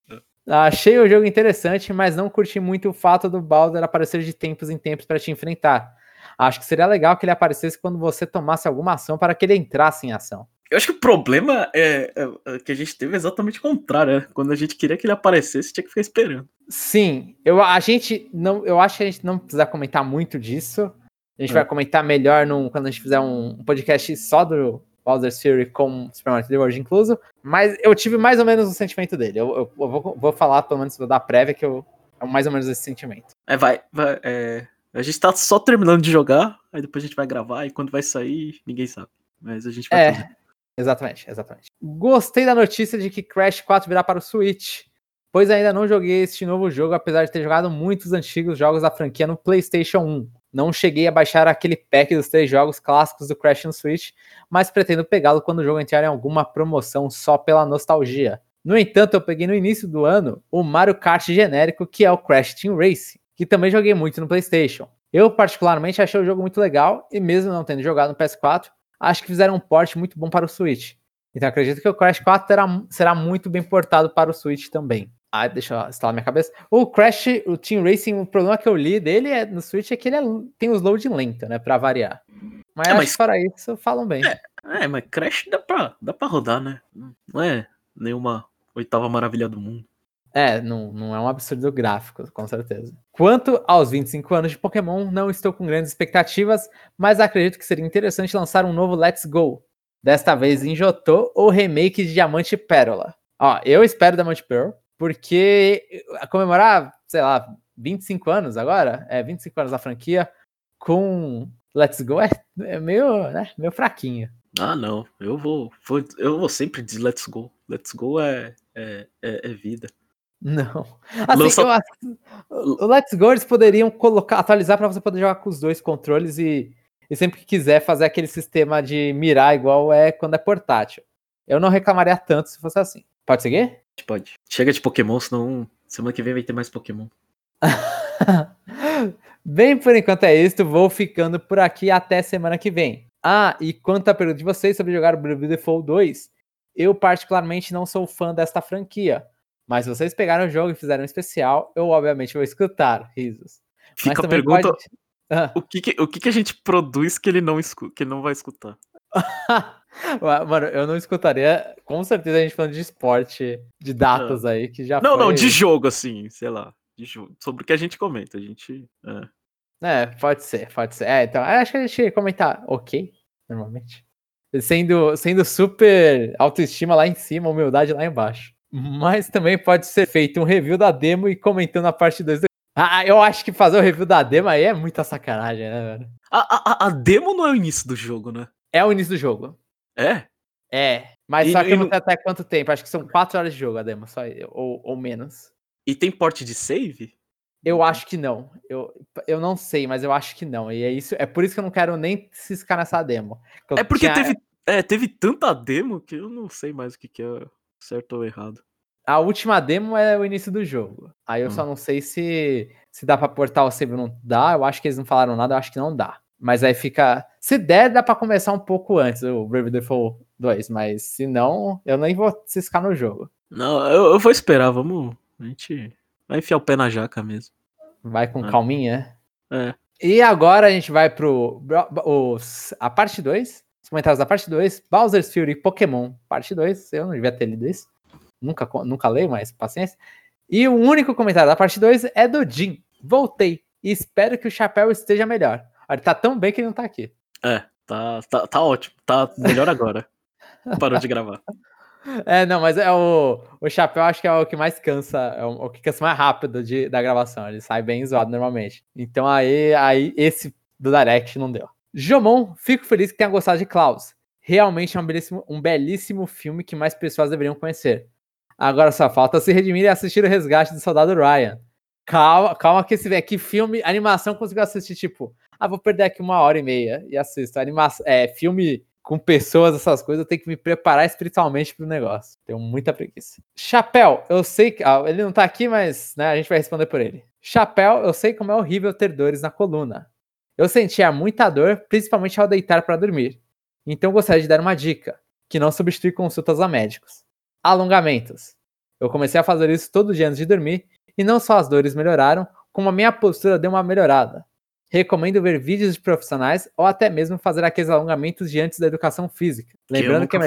Achei o jogo interessante, mas não curti muito o fato do Bowser aparecer de tempos em tempos para te enfrentar. Acho que seria legal que ele aparecesse quando você tomasse alguma ação para que ele entrasse em ação. Eu acho que o problema é que a gente teve exatamente o contrário, né? Quando a gente queria que ele aparecesse, tinha que ficar esperando. Sim, eu acho que a gente não precisa comentar muito disso. A gente vai comentar melhor quando a gente fizer um podcast só do Bowser's Fury com Super Mario 3D World incluso. Mas eu tive mais ou menos o sentimento dele. Eu vou falar, pelo menos, da prévia, que é mais ou menos esse sentimento. A gente tá só terminando de jogar, aí depois a gente vai gravar, e quando vai sair, ninguém sabe. Mas a gente vai fazer. Exatamente. Gostei da notícia de que Crash 4 virá para o Switch, pois ainda não joguei este novo jogo, apesar de ter jogado muitos antigos jogos da franquia no PlayStation 1. Não cheguei a baixar aquele pack dos 3 jogos clássicos do Crash no Switch, mas pretendo pegá-lo quando o jogo entrar em alguma promoção só pela nostalgia. No entanto, eu peguei no início do ano o Mario Kart genérico, que é o Crash Team Racing, que também joguei muito no PlayStation. Eu particularmente achei o jogo muito legal, e mesmo não tendo jogado no PS4, acho que fizeram um port muito bom para o Switch. Então acredito que o Crash 4 será muito bem portado para o Switch também. Deixa eu instalar minha cabeça. O Crash, o Team Racing, o problema que eu li dele no Switch é que ele tem os load lento, né, pra variar. Mas que fora isso, falam bem. Mas Crash dá pra rodar, né? Não é nenhuma 8ª maravilha do mundo. Não é um absurdo gráfico, com certeza. Quanto aos 25 anos de Pokémon, não estou com grandes expectativas, mas acredito que seria interessante lançar um novo Let's Go. Desta vez em Johto ou remake de Diamante e Pérola. Eu espero Diamante e Pearl, porque comemorar, sei lá, 25 anos agora, 25 anos da franquia, com Let's Go é meio, né, meio fraquinho. Não, eu vou sempre de Let's Go. Let's Go é vida. Não. Assim, o Let's Go eles poderiam atualizar para você poder jogar com os 2 controles e sempre que quiser fazer aquele sistema de mirar igual quando é portátil. Eu não reclamaria tanto se fosse assim. Pode seguir? Pode. Chega de Pokémon, senão semana que vem vai ter mais Pokémon. Bem, por enquanto é isso. Vou ficando por aqui até semana que vem. E quanto à pergunta de vocês sobre jogar Bravely Default 2, eu particularmente não sou fã desta franquia. Mas se vocês pegaram o jogo e fizeram um especial, eu obviamente vou escutar, risos. Fica a pergunta, o que a gente produz que ele não vai escutar? Mano, eu não escutaria, com certeza, a gente falando de esporte, de datas aí, que já foi... Não, de jogo, assim, sei lá, de jogo, sobre o que a gente comenta, a gente... pode ser. Então, acho que a gente ia comentar ok, normalmente. Sendo super autoestima lá em cima, humildade lá embaixo. Mas também pode ser feito um review da demo e comentando a parte 2. Eu acho que fazer o review da demo aí é muita sacanagem, né, velho? A demo não é o início do jogo, né? É o início do jogo. É? Mas só que eu não não- sei até quanto tempo. Acho que são 4 horas de jogo a demo, só, ou menos. E tem porte de save? Eu acho que não. Eu não sei, mas eu acho que não. E é por isso que eu não quero nem ciscar nessa demo. É porque teve tanta demo que eu não sei mais o que é certo ou errado. A última demo é o início do jogo. Aí eu só não sei se dá pra portar o save ou não dá. Eu acho que eles não falaram nada, eu acho que não dá. Mas aí fica. Se der, dá pra começar um pouco antes o Brave Default 2. Mas se não, eu nem vou ciscar no jogo. Não, eu vou esperar, vamos. A gente vai enfiar o pé na jaca mesmo. Vai com calminha. É. E agora a gente vai a parte 2. Os comentários da parte 2. Bowser's Fury Pokémon, parte 2. Eu não devia ter lido isso. Nunca leio, mas paciência. E o único comentário da parte 2 é do Jim. Voltei. E espero que o Chapéu esteja melhor. Ele tá tão bem que ele não tá aqui. Tá ótimo. Tá melhor agora. Parou de gravar. Não, mas o Chapéu acho que é o que mais cansa, é o que cansa mais rápido da gravação. Ele sai bem zoado normalmente. Então aí esse do Direct não deu. Jomon, fico feliz que tenha gostado de Klaus. Realmente é um belíssimo filme que mais pessoas deveriam conhecer. Agora só falta se redimir e assistir o Resgate do Soldado Ryan. Calma que que filme, animação consigo assistir, tipo, vou perder aqui 1h30 e assisto. Filme com pessoas, essas coisas, eu tenho que me preparar espiritualmente pro negócio. Tenho muita preguiça. Chapéu, eu sei que... ele não tá aqui, mas né, a gente vai responder por ele. Chapéu, eu sei como é horrível ter dores na coluna. Eu sentia muita dor, principalmente ao deitar para dormir. Então gostaria de dar uma dica, que não substitui consultas a médicos. Alongamentos. Eu comecei a fazer isso todo dia antes de dormir, e não só as dores melhoraram, como a minha postura deu uma melhorada. Recomendo ver vídeos de profissionais ou até mesmo fazer aqueles alongamentos de antes da educação física. Lembrando que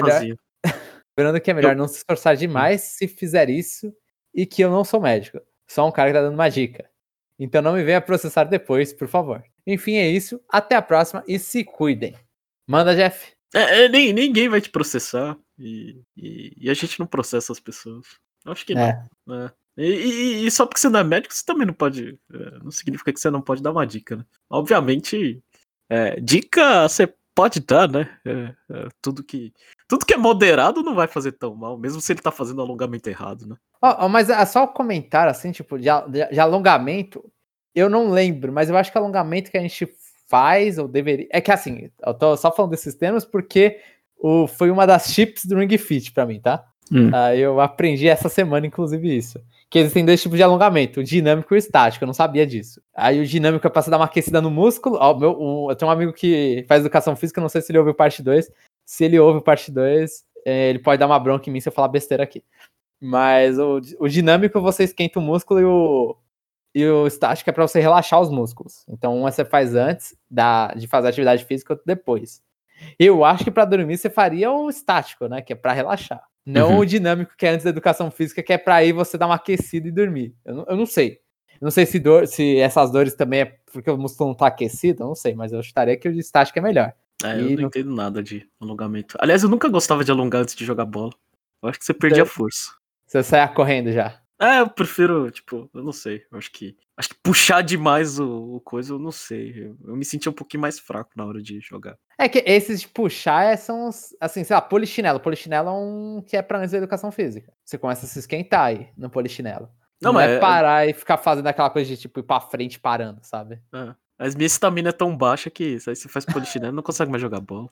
é melhor não se esforçar demais se fizer isso e que eu não sou médico. Só um cara que tá dando uma dica. Então não me venha processar depois, por favor. Enfim, é isso. Até a próxima e se cuidem. Manda, Jeff. Ninguém vai te processar e a gente não processa as pessoas. Eu acho que não. E só porque você não é médico, você também não pode. Não significa que você não pode dar uma dica, né? Obviamente, dica você pode dar, né? Tudo que é moderado não vai fazer tão mal, mesmo se ele tá fazendo alongamento errado, né? Mas só um comentário assim, tipo, de alongamento, eu não lembro, mas eu acho que alongamento que a gente faz, ou deveria. É que assim, eu tô só falando desses termos porque foi uma das chips do Ring Fit pra mim, tá? Eu aprendi essa semana, inclusive, isso. Que existem 2 tipos de alongamento, o dinâmico e o estático, eu não sabia disso. Aí o dinâmico é pra você dar uma aquecida no músculo. Eu tenho um amigo que faz educação física, não sei se ele ouviu parte 2. Se ele ouve parte 2, ele pode dar uma bronca em mim se eu falar besteira aqui. Mas o dinâmico você esquenta o músculo e o estático é pra você relaxar os músculos. Então uma você faz antes de fazer atividade física, outro depois. Eu acho que pra dormir você faria o estático, né? Que é pra relaxar. Não o dinâmico, que é antes da educação física, que é pra aí você dar uma aquecida e dormir. Eu não sei. Eu não sei se essas dores também é porque o músculo não tá aquecido, eu não sei, mas eu chutaria que o estático é melhor. Eu não entendo nada de alongamento. Aliás, eu nunca gostava de alongar antes de jogar bola. Eu acho que você perdia a força. Você sai correndo já. Eu prefiro, tipo, eu não sei. Eu acho que puxar demais o coisa, eu não sei. Eu me sentia um pouquinho mais fraco na hora de jogar. É que esses de puxar são, assim, sei lá, polichinelo. Polichinelo é um que é pra antes da educação física. Você começa a se esquentar aí no polichinelo. Não é parar e ficar fazendo aquela coisa de, tipo, ir pra frente parando, sabe? Mas minha estamina é tão baixa que aí você faz polichinelo e não consegue mais jogar bola.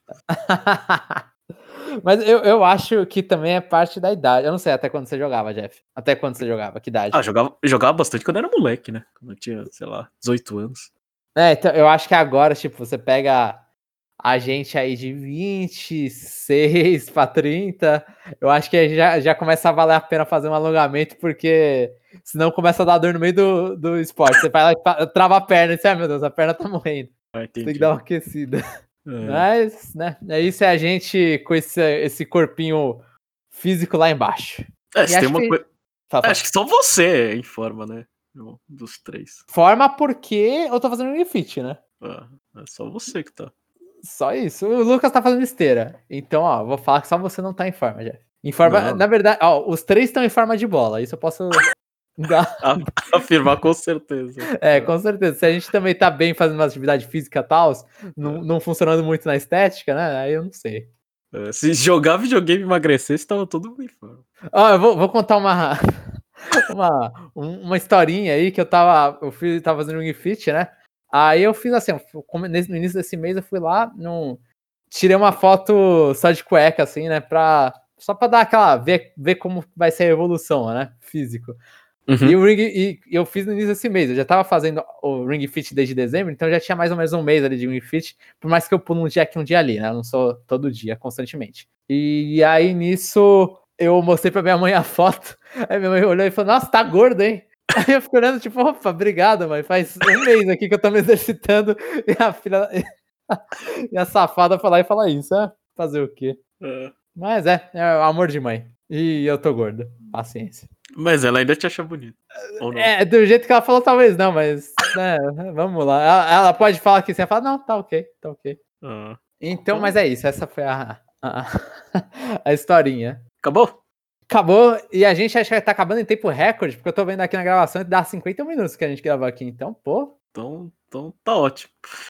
Mas eu acho que também é parte da idade. Eu não sei até quando você jogava, Jeff. Até quando você jogava? Que idade? Jogava bastante quando era moleque, né? Quando eu tinha, sei lá, 18 anos. Então eu acho que agora, tipo, você pega a gente aí de 26 pra 30, eu acho que já começa a valer a pena fazer um alongamento, porque senão começa a dar dor no meio do esporte. Você vai lá e trava a perna e você, meu Deus, a perna tá morrendo. Tem que dar uma aquecida. Mas, né, isso é a gente com esse corpinho físico lá embaixo. Se tem uma coisa... Acho que só você é em forma, né? Dos 3. Forma porque eu tô fazendo um fit, né? É só você que tá. Só isso. O Lucas tá fazendo esteira. Então, ó, vou falar que só você não tá em forma, Jeff. Em forma, Não. na verdade, ó, os 3 estão em forma de bola. Isso eu posso dar. Afirmar com certeza. Com certeza. Se a gente também tá bem fazendo uma atividade física e tal, não funcionando muito na estética, né? Aí eu não sei. Se jogar videogame e emagrecer, tava tudo bem forma. Ó, eu vou contar uma historinha aí que eu tava fazendo Ring Fit, né? Aí eu fiz assim, no início desse mês eu fui lá, tirei uma foto só de cueca, assim, né? Só pra dar aquela, ver como vai ser a evolução, né? Físico. Uhum. E eu fiz no início desse mês, eu já tava fazendo o Ring Fit desde dezembro, então já tinha mais ou menos um mês ali de Ring Fit, por mais que eu pulo um dia aqui, um dia ali, né? Eu não sou todo dia, constantemente. E aí, nisso, eu mostrei pra minha mãe a foto, aí minha mãe olhou e falou, nossa, tá gordo, hein? Aí eu fico olhando, tipo, opa, obrigado, mãe, faz um mês aqui que eu tô me exercitando, e a filha, e a safada foi lá e fala isso, né? Fazer o quê? Mas é o amor de mãe. E eu tô gordo, paciência. Mas ela ainda te acha bonito. Ou não? Do jeito que ela falou, talvez não, mas né, vamos lá. Ela pode falar que você fala, não, tá ok, tá ok. Então, mas é isso, essa foi a historinha. Acabou, e a gente acha que tá acabando em tempo recorde, porque eu tô vendo aqui na gravação e dá 50 minutos que a gente gravou aqui, então, pô. Então tá ótimo.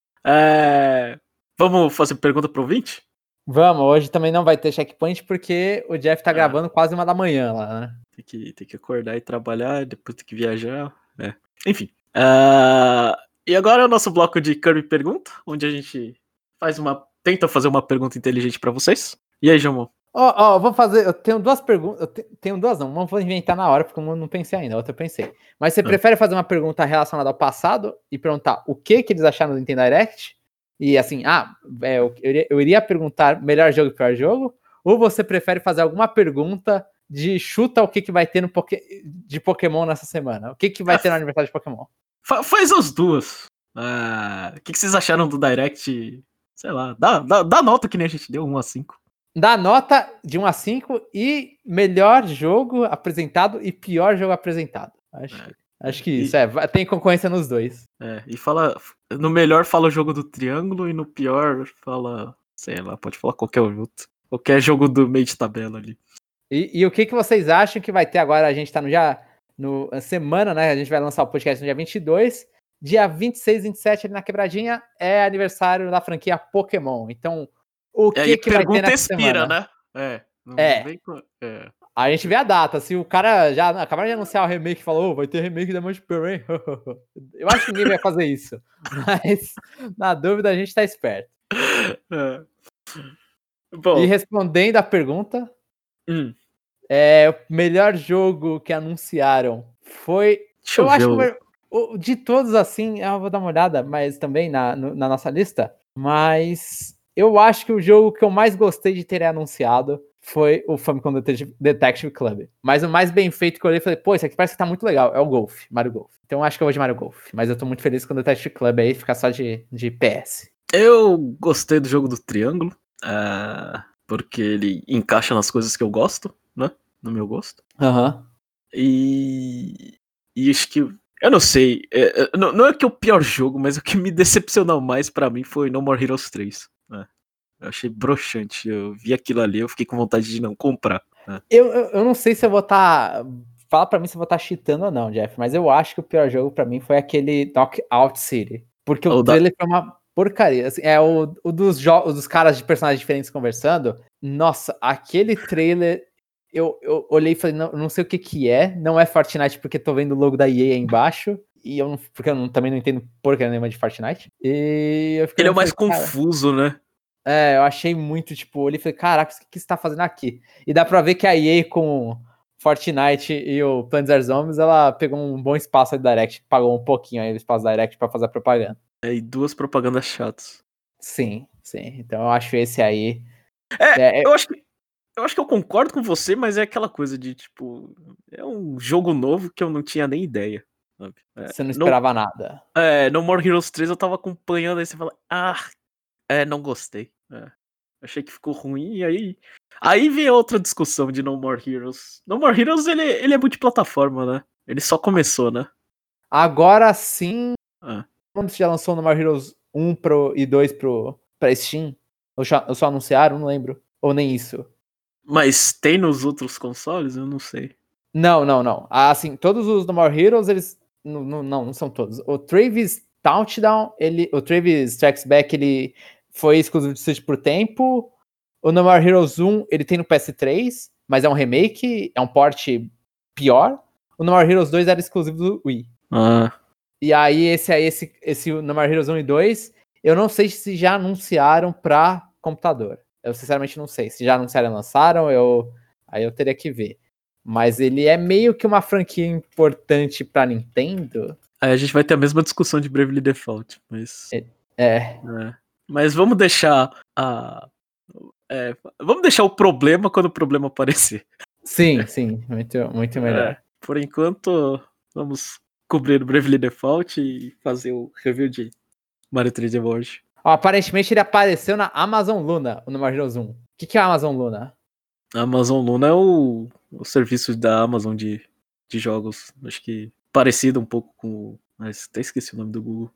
Vamos fazer pergunta pro ouvinte? Vamos, hoje também não vai ter checkpoint, porque o Jeff tá gravando quase 1 da manhã lá, né? Tem que acordar e trabalhar, depois tem que viajar. Enfim. E agora é o nosso bloco de Kirby Pergunta, onde a gente tenta fazer uma pergunta inteligente pra vocês. E aí, Jamon? Vou fazer. Eu tenho 2 perguntas. Tenho 2, não. Uma vou inventar na hora, porque eu não pensei ainda. A outra eu pensei. Mas você prefere fazer uma pergunta relacionada ao passado e perguntar o que eles acharam do Nintendo Direct? E assim, eu iria perguntar melhor jogo e pior jogo? Ou você prefere fazer alguma pergunta de chuta o que vai ter de Pokémon nessa semana? O que vai ter no aniversário de Pokémon? Faz as duas. O que vocês acharam do Direct? Sei lá, dá nota que nem a gente deu, 1 a 5. Dá nota de 1 a 5 e melhor jogo apresentado e pior jogo apresentado. Acho que isso, tem concorrência nos dois. E fala, no melhor fala o jogo do triângulo e no pior fala, sei lá, pode falar qualquer outro. Qualquer jogo do meio de tabela ali. E o que vocês acham que vai ter agora? A gente tá na semana, né? A gente vai lançar o podcast no dia 22. Dia 26, 27 ali na Quebradinha é aniversário da franquia Pokémon. Então, o que vai ter nessa semana? Né? A gente vê a data. Se o cara já acabaram de anunciar o remake e falou, vai ter remake da Monte Pearl, hein? Eu acho que ninguém vai fazer isso. Mas, na dúvida, a gente tá esperto. Bom. E respondendo a pergunta, o melhor jogo que anunciaram foi... Eu acho que de todos, assim, eu vou dar uma olhada, mas também na nossa lista, mas eu acho que o jogo que eu mais gostei de ter anunciado foi o Famicom Detective Club. Mas o mais bem feito que eu olhei e falei, pô, esse aqui parece que tá muito legal, é o Golf, Mario Golf. Então eu acho que eu vou de Mario Golf, mas eu tô muito feliz com o Detective Club aí, ficar só de PS. Eu gostei do jogo do Triângulo, porque ele encaixa nas coisas que eu gosto, né? No meu gosto. E acho que... Eu não sei, não é que é o pior jogo, mas o que me decepcionou mais pra mim foi No More Heroes 3. Eu achei broxante, eu vi aquilo ali, eu fiquei com vontade de não comprar. Eu não sei se eu vou estar... Fala pra mim se eu vou estar cheatando ou não, Jeff, mas eu acho que o pior jogo pra mim foi aquele Knockout City. Porque o trailer foi uma porcaria. Assim, o dos caras de personagens diferentes conversando. Nossa, aquele trailer... Eu olhei e falei, não sei o que é. Não é Fortnite porque tô vendo o logo da EA aí embaixo. E porque eu também não entendo porcaria nenhuma de Fortnite. E eu fiquei ele é o mais confuso, né? Eu achei muito, tipo, olhei e falei, caraca, o que você tá fazendo aqui? E dá pra ver que a EA com Fortnite e o Plants vs Zombies, ela pegou um bom espaço da Direct, pagou um pouquinho aí do espaço da Direct pra fazer a propaganda. E 2 propagandas chatas. Sim. Então eu acho esse aí... Eu acho que eu concordo com você, mas é aquela coisa de, tipo, é um jogo novo que eu não tinha nem ideia, sabe? Você não esperava nada. No More Heroes 3 eu tava acompanhando, aí você fala, não gostei. Achei que ficou ruim, e aí vem outra discussão de No More Heroes. No More Heroes, ele é multiplataforma, né? Ele só começou, né? Agora sim, quando você já lançou No More Heroes 1 e 2 pro pra Steam? Ou só anunciaram? Não lembro. Ou nem isso. Mas tem nos outros consoles? Eu não sei. Não. Assim, todos os No More Heroes, eles... Não são todos. O Travis Touchdown, o Travis Strikes Back, ele foi exclusivo de Switch por tempo. O No More Heroes 1, ele tem no PS3, mas é um remake, é um port pior. O No More Heroes 2 era exclusivo do Wii. E aí, esse No More Heroes 1 e 2, eu não sei se já anunciaram pra computador. Eu sinceramente não sei. Se já anunciaram e lançaram, aí eu teria que ver. Mas ele é meio que uma franquia importante pra Nintendo. Aí a gente vai ter a mesma discussão de Bravely Default, mas... É. Mas vamos deixar vamos deixar o problema quando o problema aparecer. Sim. Muito melhor. Por enquanto, vamos cobrir o Bravely Default e fazer o review de Mario 3D World. Ó, aparentemente ele apareceu na Amazon Luna, o No More Heroes 1. O que é a Amazon Luna? A Amazon Luna é o serviço da Amazon de jogos. Acho que parecido um pouco com... Mas até esqueci o nome do Google.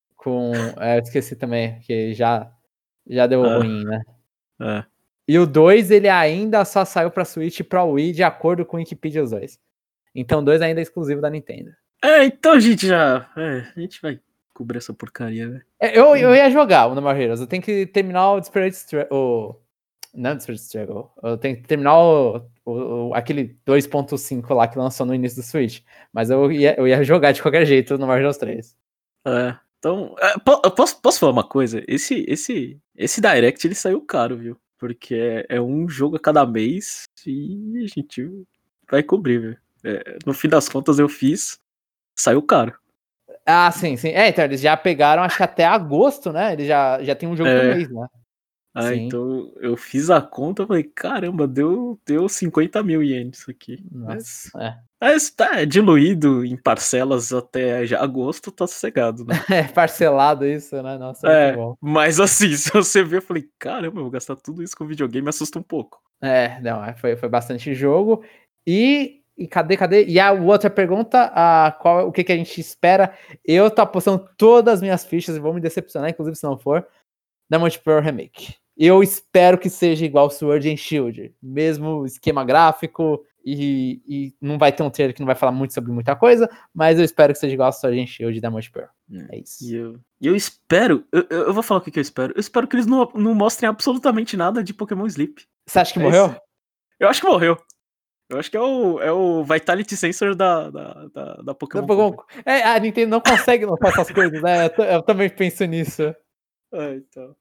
Eu esqueci também, que já deu ruim, né? É. E o 2, ele ainda só saiu pra Switch e pra Wii, de acordo com o Wikipedia os dois. Então o 2 ainda é exclusivo da Nintendo. Então a gente a gente vai cobrir essa porcaria, né? Eu ia jogar o No More Heroes. Eu tenho que terminar o Desperate Struggle. Não, Desperate Struggle. Eu tenho que terminar aquele 2.5 lá que lançou no início do Switch. Mas eu ia jogar de qualquer jeito no No More Heroes 3. Então, posso falar uma coisa? Esse Direct, ele saiu caro, viu? Porque é um jogo a cada mês e a gente vai cobrir, viu? No fim das contas eu fiz, saiu caro. Ah, sim. Então eles já pegaram, acho que até agosto, né? Eles já tem um jogo por mês, né? Sim. Então eu fiz a conta e falei, caramba, deu 50 mil ienes isso aqui. Nossa, Mas tá diluído em parcelas até agosto, tá sossegado, né? É parcelado isso, né? Nossa, muito bom. Mas assim, se você ver, eu falei, caramba, eu vou gastar tudo isso com videogame, me assusta um pouco. Foi bastante jogo. E cadê? E a outra pergunta, o que a gente espera? Eu tô apostando todas as minhas fichas e vou me decepcionar, inclusive se não for, da Multiplayer Remake. Eu espero que seja igual Sword and Shield, mesmo esquema gráfico, e não vai ter um trailer que não vai falar muito sobre muita coisa, mas eu espero que seja igual Sword and Shield da Multiplayer. É isso. E eu espero, eu vou falar o que eu espero. Eu espero que eles não mostrem absolutamente nada de Pokémon Sleep. Você acha que morreu? Isso. Eu acho que morreu. Eu acho que é o Vitality Sensor da Pokémon. A Nintendo não consegue lançar essas coisas, né? Eu também penso nisso. Então.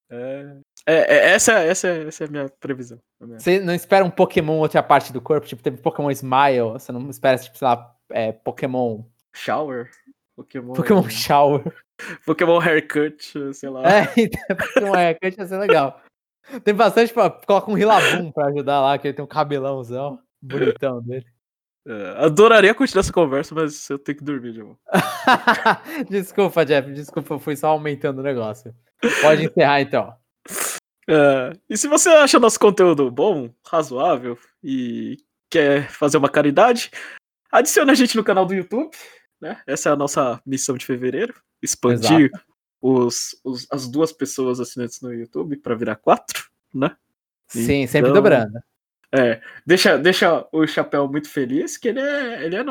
Essa é a minha previsão. Você não espera um Pokémon outra parte do corpo? Tipo, teve Pokémon Smile, você não espera, tipo, sei lá, Pokémon... Shower? Pokémon Shower. Pokémon Haircut, sei lá. Então, Pokémon Haircut ia ser legal. Tem bastante, coloca um Rillaboom pra ajudar lá, que ele tem um cabelãozão bonitão dele. Adoraria continuar essa conversa, mas eu tenho que dormir, João. Desculpa, Jeff, eu fui só aumentando o negócio. Pode encerrar, então. E se você acha nosso conteúdo bom, razoável e quer fazer uma caridade, adicione a gente no canal do YouTube, né? Essa é a nossa missão de fevereiro, expandir as 2 pessoas assinantes no YouTube para virar 4, né? Sim, sempre dobrando. Deixa o Chapéu muito feliz, que ele é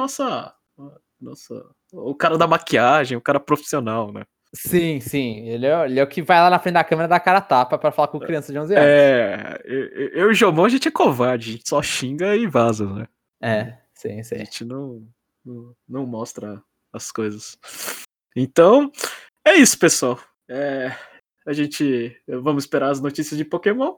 o cara da maquiagem, o cara profissional, né? Sim, ele é o que vai lá na frente da câmera dar cara a tapa pra falar com criança de 11 anos. Eu e o Jomon, a gente é covarde, a gente só xinga e vaza, né? Sim. A gente não mostra as coisas. Então, é isso, pessoal. Vamos esperar as notícias de Pokémon.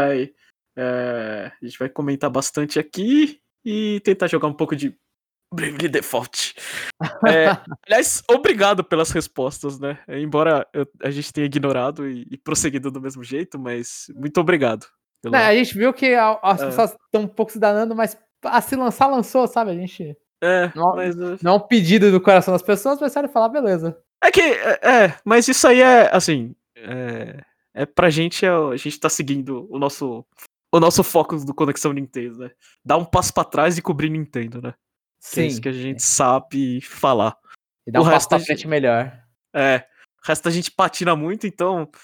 A gente vai comentar bastante aqui e tentar jogar um pouco de Bravely Default. Aliás, obrigado pelas respostas, né? Embora a gente tenha ignorado e prosseguido do mesmo jeito, mas muito obrigado. A gente viu que as pessoas estão um pouco se danando, mas se lançar, lançou, sabe? A gente... Não é um pedido do coração das pessoas, mas sério falar, beleza. Mas isso aí assim... pra gente, a gente tá seguindo o nosso foco do Conexão Nintendo, né? Dar um passo pra trás e cobrir Nintendo, né? Sim. É isso que a gente sabe falar. E dar um passo pra frente melhor. O resto a gente patina muito, então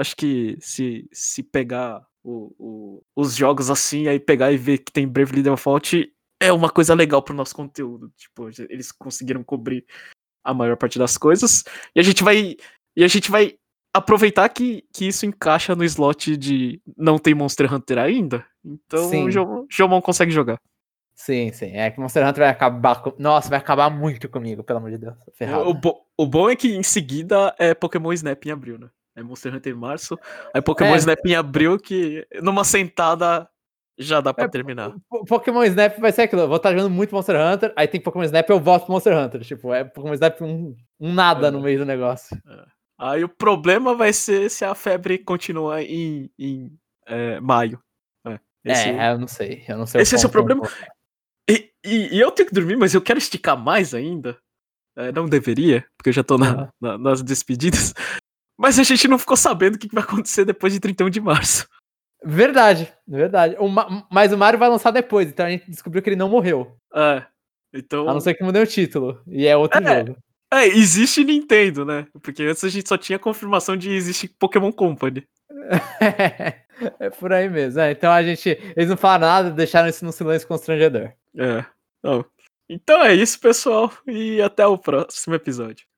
Acho que se pegar os jogos assim, aí pegar e ver que tem Bravely Default é uma coisa legal pro nosso conteúdo. Tipo, eles conseguiram cobrir a maior parte das coisas. E a gente vai aproveitar que isso encaixa no slot de não tem Monster Hunter ainda. Então Sim. o Jomon consegue jogar. Sim. É que Monster Hunter vai acabar Nossa, vai acabar muito comigo, pelo amor de Deus. Ferrado. O bom é que em seguida é Pokémon Snap em abril, né? É Monster Hunter em março. Aí Pokémon Snap em abril, que numa sentada já dá pra terminar. Pokémon Snap vai ser aquilo. Eu vou estar jogando muito Monster Hunter, aí tem Pokémon Snap eu volto pro Monster Hunter. Tipo, é Pokémon Snap um nada no meio do negócio. Aí o problema vai ser se a febre continua em maio. Eu não sei. Esse é o problema. E eu tenho que dormir, mas eu quero esticar mais ainda. Não deveria, porque eu já tô nas despedidas. Mas a gente não ficou sabendo o que vai acontecer depois de 31 de março. Verdade. Mas o Mario vai lançar depois, então a gente descobriu que ele não morreu. Então... A não ser que mudei o título. E é outro jogo. Existe Nintendo, né? Porque antes a gente só tinha confirmação de existe Pokémon Company. É por aí mesmo. Então eles não falaram nada, deixaram isso num silêncio constrangedor. Então é isso, pessoal. E até o próximo episódio.